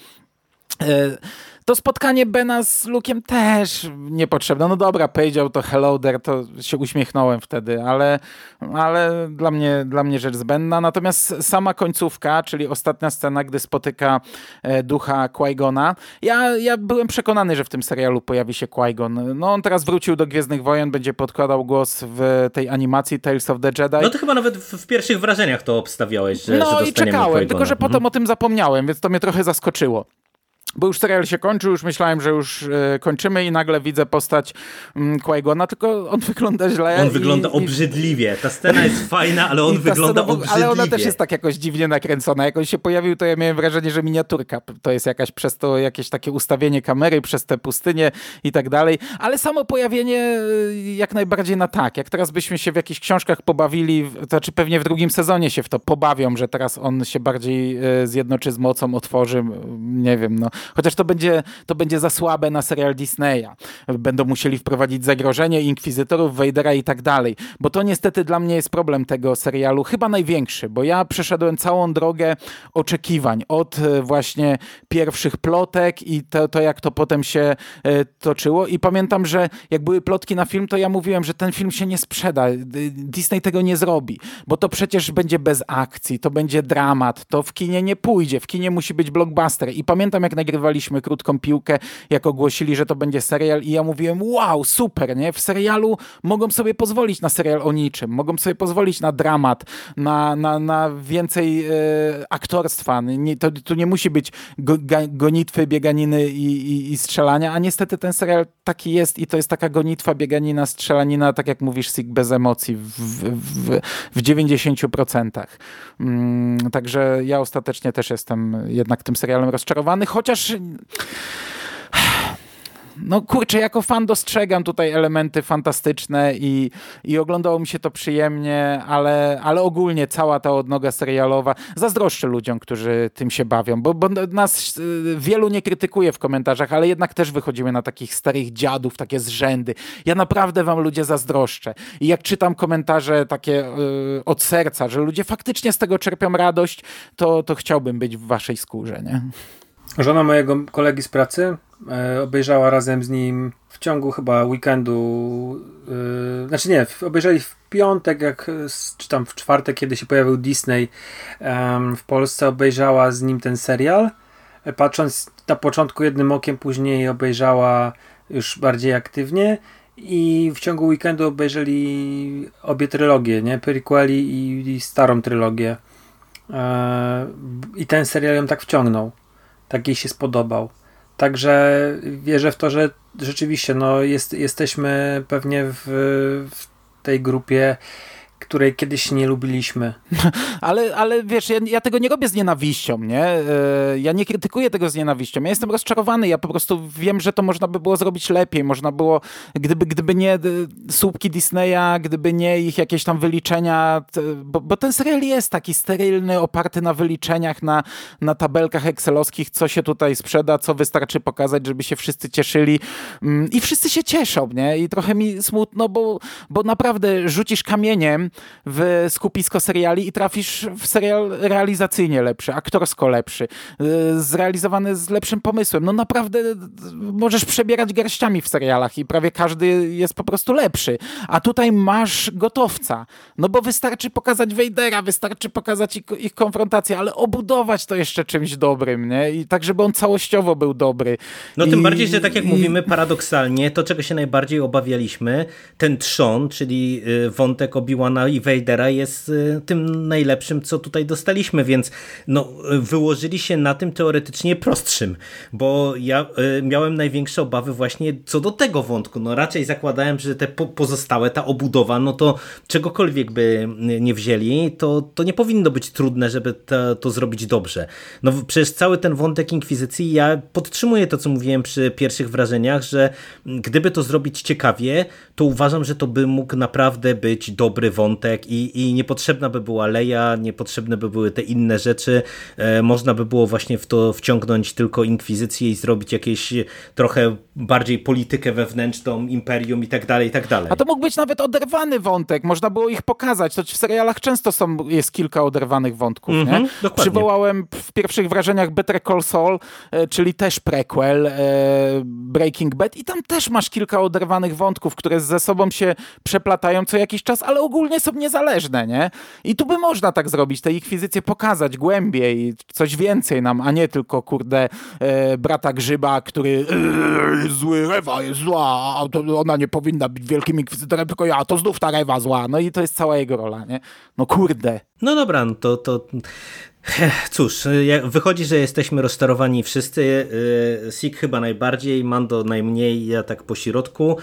To spotkanie Bena z Luke'em też niepotrzebne. No dobra, powiedział to hello there, to się uśmiechnąłem wtedy, ale, ale dla mnie, dla mnie rzecz zbędna. Natomiast sama końcówka, czyli ostatnia scena, gdy spotyka ducha Qui-Gona, ja, ja byłem przekonany, że w tym serialu pojawi się Qui-Gon. No on teraz wrócił do Gwiezdnych Wojen, będzie podkładał głos w tej animacji Tales of the Jedi. No to chyba nawet w, w pierwszych wrażeniach to obstawiałeś, że, no, że dostaniemy i czekałem, Qui-Gona. tylko że potem o tym zapomniałem, więc to mnie trochę zaskoczyło. Bo już serial się kończył, już myślałem, że już e, kończymy i nagle widzę postać mm, Qui-Gona, tylko on wygląda źle. On i, wygląda i, obrzydliwie. Ta scena jest fajna, ale on wygląda scena, obrzydliwie. Ale ona też jest tak jakoś dziwnie nakręcona. Jak on się pojawił, to ja miałem wrażenie, że miniaturka to jest jakaś przez to jakieś takie ustawienie kamery, przez tę pustynię i tak dalej. Ale samo pojawienie jak najbardziej na tak. Jak teraz byśmy się w jakichś książkach pobawili, to znaczy pewnie w drugim sezonie się w to pobawią, że teraz on się bardziej e, zjednoczy z mocą, otworzy. Nie wiem, no. Chociaż to będzie, to będzie za słabe na serial Disneya. Będą musieli wprowadzić zagrożenie, inkwizytorów, Vadera i tak dalej. Bo to niestety dla mnie jest problem tego serialu, chyba największy, bo ja przeszedłem całą drogę oczekiwań od właśnie pierwszych plotek i to, to jak to potem się e, toczyło. I pamiętam, że jak były plotki na film, to ja mówiłem, że ten film się nie sprzeda. Disney tego nie zrobi, bo to przecież będzie bez akcji, to będzie dramat, to w kinie nie pójdzie, w kinie musi być blockbuster. I pamiętam, jak nagrywaliśmy krótką piłkę, jak ogłosili, że to będzie serial i ja mówiłem, wow, super, nie? W serialu mogą sobie pozwolić na serial o niczym, mogą sobie pozwolić na dramat, na, na, na więcej e, aktorstwa. Nie, to, tu nie musi być go, ga, gonitwy, bieganiny i, i, i strzelania, a niestety ten serial taki jest i to jest taka gonitwa, bieganina, strzelanina, tak jak mówisz, Sig, bez emocji w, w, w, w dziewięćdziesięciu procentach. Mm, także ja ostatecznie też jestem jednak tym serialem rozczarowany, chociaż no kurczę, jako fan dostrzegam tutaj elementy fantastyczne i, i oglądało mi się to przyjemnie, ale, ale ogólnie cała ta odnoga serialowa, zazdroszczę ludziom, którzy tym się bawią, bo, bo nas wielu nie krytykuje w komentarzach, ale jednak też wychodzimy na takich starych dziadów, takie zrzędy. Ja naprawdę wam ludzie zazdroszczę. I jak czytam komentarze takie yy, od serca, że ludzie faktycznie z tego czerpią radość, to, to chciałbym być w waszej skórze, nie? Żona mojego kolegi z pracy e, obejrzała razem z nim w ciągu chyba weekendu, e, znaczy nie, obejrzeli w piątek, jak, czy tam w czwartek, kiedy się pojawił Disney e, w Polsce, obejrzała z nim ten serial, e, patrząc na początku jednym okiem, później obejrzała już bardziej aktywnie i w ciągu weekendu obejrzeli obie trylogie, nie? Prequeli i, i starą trylogię. E, I ten serial ją tak wciągnął. Tak jej się spodobał. Także wierzę w to, że rzeczywiście no jest, jesteśmy pewnie w, w tej grupie której kiedyś nie lubiliśmy. ale, ale wiesz, ja, ja tego nie robię z nienawiścią, nie? Ja nie krytykuję tego z nienawiścią. Ja jestem rozczarowany. Ja po prostu wiem, że to można by było zrobić lepiej. Można było, gdyby, gdyby nie słupki Disneya, gdyby nie ich jakieś tam wyliczenia, bo, bo ten serial jest taki sterylny, oparty na wyliczeniach, na, na tabelkach excelowskich, co się tutaj sprzeda, co wystarczy pokazać, żeby się wszyscy cieszyli. I wszyscy się cieszą, nie? I trochę mi smutno, bo, bo naprawdę rzucisz kamieniem w skupisko seriali i trafisz w serial realizacyjnie lepszy, aktorsko lepszy, zrealizowany z lepszym pomysłem. No naprawdę możesz przebierać garściami w serialach i prawie każdy jest po prostu lepszy. A tutaj masz gotowca. No bo wystarczy pokazać Vadera, wystarczy pokazać ich, ich konfrontację, ale obudować to jeszcze czymś dobrym, nie? I tak, żeby on całościowo był dobry. No I, tym bardziej, że tak jak i... mówimy, paradoksalnie, to czego się najbardziej obawialiśmy, ten trzon, czyli wątek Obi-Wana i Vadera jest tym najlepszym, co tutaj dostaliśmy, więc no, wyłożyli się na tym teoretycznie prostszym, bo ja y, miałem największe obawy właśnie co do tego wątku. No raczej zakładałem, że te po pozostałe, ta obudowa, no to czegokolwiek by nie wzięli, to, to nie powinno być trudne, żeby to, to zrobić dobrze. No przecież cały ten wątek Inkwizycji, ja podtrzymuję to, co mówiłem przy pierwszych wrażeniach, że gdyby to zrobić ciekawie, to uważam, że to by mógł naprawdę być dobry wątek i, i niepotrzebna by była Leia, niepotrzebne by były te inne rzeczy. E, można by było właśnie w to wciągnąć tylko Inkwizycję i zrobić jakieś trochę bardziej politykę wewnętrzną, imperium i tak dalej, i tak dalej. A to mógł być nawet oderwany wątek, można było ich pokazać. To w serialach często są, jest kilka oderwanych wątków. Mm-hmm, nie? Dokładnie. Przywołałem w pierwszych wrażeniach Better Call Saul, e, czyli też prequel e, Breaking Bad i tam też masz kilka oderwanych wątków, które ze sobą się przeplatają co jakiś czas, ale ogólnie są niezależne, nie? I tu by można tak zrobić, tę inkwizycję pokazać głębiej, coś więcej nam, a nie tylko, kurde, e, brata Grzyba, który e, zły, Rewa jest zła, a to ona nie powinna być wielkim inkwizytorem, tylko ja, to znów ta Rewa zła. No i to jest cała jego rola, nie? No kurde. No dobra, no to... to... Cóż, wychodzi, że jesteśmy rozczarowani wszyscy. Sik chyba najbardziej, Mando najmniej, ja tak po środku.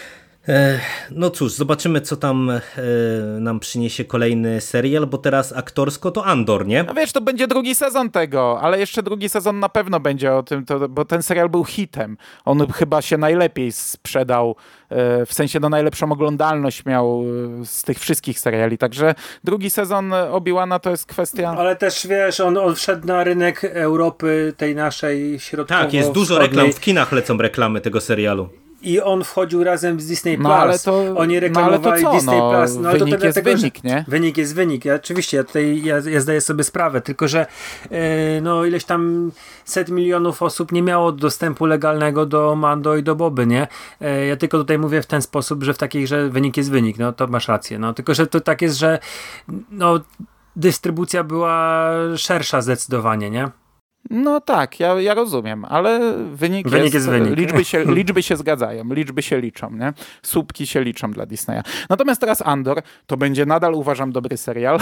No cóż, zobaczymy, co tam nam przyniesie kolejny serial, bo teraz aktorsko to Andor, nie? No wiesz, to będzie drugi sezon tego, ale jeszcze drugi sezon na pewno będzie o tym, to, bo ten serial był hitem. On chyba się najlepiej sprzedał, w sensie no najlepszą oglądalność miał z tych wszystkich seriali, także drugi sezon Obi-Wana to jest kwestia... Ale też wiesz, on, on wszedł na rynek Europy, tej naszej środkowo. Tak, jest dużo reklam, w kinach lecą reklamy tego serialu. I on wchodził razem z Disney Plus. No, ale to, Oni reklamowali no, ale to co? Disney No, Plus. No, wynik to jest dlatego, wynik, nie? Wynik jest wynik. Ja, oczywiście, ja tutaj ja, ja zdaję sobie sprawę, tylko że yy, no ileś tam set milionów osób nie miało dostępu legalnego do Mando i do Boby, nie? Yy, ja tylko tutaj mówię w ten sposób, że w takiej, że wynik jest wynik. No to masz rację. No tylko, że to tak jest, że no dystrybucja była szersza zdecydowanie, nie? No tak, ja, ja rozumiem, ale wynik, wynik jest, jest wynik. Liczby się, liczby się zgadzają, liczby się liczą, nie? Słupki się liczą dla Disneya. Natomiast teraz Andor, to będzie nadal, uważam, dobry serial.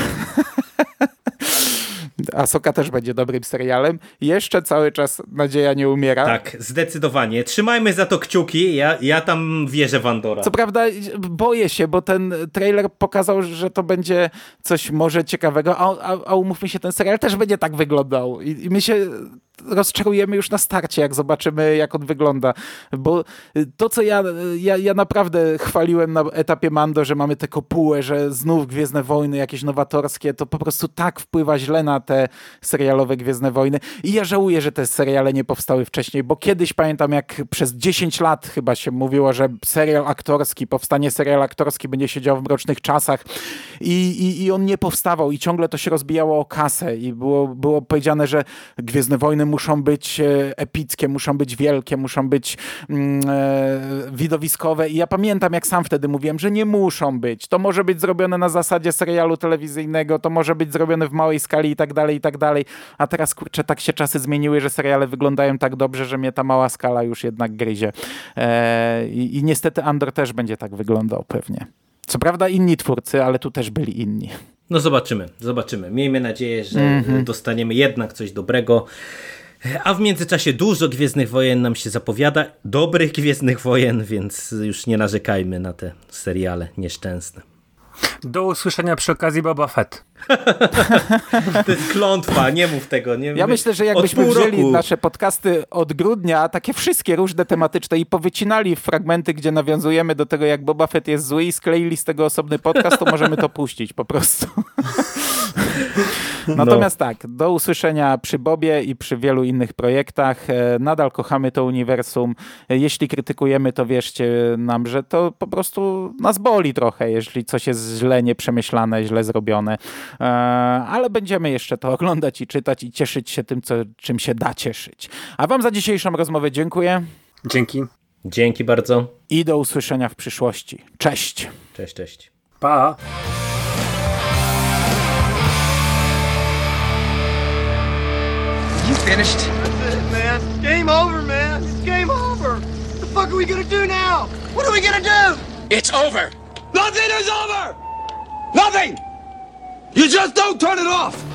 Ahsoka też będzie dobrym serialem. Jeszcze cały czas nadzieja nie umiera. Tak, zdecydowanie. Trzymajmy za to kciuki, ja, ja tam wierzę w Andora. Co prawda boję się, bo ten trailer pokazał, że to będzie coś może ciekawego, a, a, a umówmy się, ten serial też będzie tak wyglądał. I, i my się rozczarujemy już na starcie, jak zobaczymy, jak on wygląda. Bo to, co ja, ja, ja naprawdę chwaliłem na etapie Mando, że mamy tę kopułę, że znów Gwiezdne Wojny jakieś nowatorskie, to po prostu tak wpływa źle na te serialowe Gwiezdne Wojny. I ja żałuję, że te seriale nie powstały wcześniej, bo kiedyś pamiętam, jak przez dziesięć lat chyba się mówiło, że serial aktorski, powstanie serial aktorski będzie się działo w Mrocznych Czasach i, i, i on nie powstawał i ciągle to się rozbijało o kasę i było, było powiedziane, że Gwiezdne Wojny muszą być epickie, muszą być wielkie, muszą być mm, e, widowiskowe i ja pamiętam, jak sam wtedy mówiłem, że nie muszą być. To może być zrobione na zasadzie serialu telewizyjnego, to może być zrobione w małej skali i tak dalej, i tak dalej. A teraz, kurczę, tak się czasy zmieniły, że seriale wyglądają tak dobrze, że mnie ta mała skala już jednak gryzie. E, i, I niestety Andor też będzie tak wyglądał pewnie. Co prawda inni twórcy, ale tu też byli inni. No zobaczymy, zobaczymy. Miejmy nadzieję, że mm-hmm. dostaniemy jednak coś dobrego. A w międzyczasie dużo Gwiezdnych Wojen nam się zapowiada. Dobrych Gwiezdnych Wojen, więc już nie narzekajmy na te seriale nieszczęsne. Do usłyszenia przy okazji Boba Fett. To jest klątwa, nie mów tego. Nie, ja my, myślę, że jakbyśmy wzięli roku. nasze podcasty od grudnia, takie wszystkie różne tematyczne i powycinali fragmenty, gdzie nawiązujemy do tego, jak Boba Fett jest zły i skleili z tego osobny podcast, to możemy to puścić po prostu. Natomiast no. tak, do usłyszenia przy Bobie i przy wielu innych projektach. Nadal kochamy to uniwersum. Jeśli krytykujemy, to wierzcie nam, że to po prostu nas boli trochę, jeśli coś jest źle nieprzemyślane, źle zrobione. Ale będziemy jeszcze to oglądać i czytać i cieszyć się tym, co, czym się da cieszyć. A wam za dzisiejszą rozmowę dziękuję. Dzięki. Dzięki bardzo. I do usłyszenia w przyszłości. Cześć. Cześć, cześć. Pa. You finished? That's it, man. Game over, man. It's game over. What the fuck are we gonna do now? What are we gonna do? It's over. Nothing is over! Nothing! You just don't turn it off!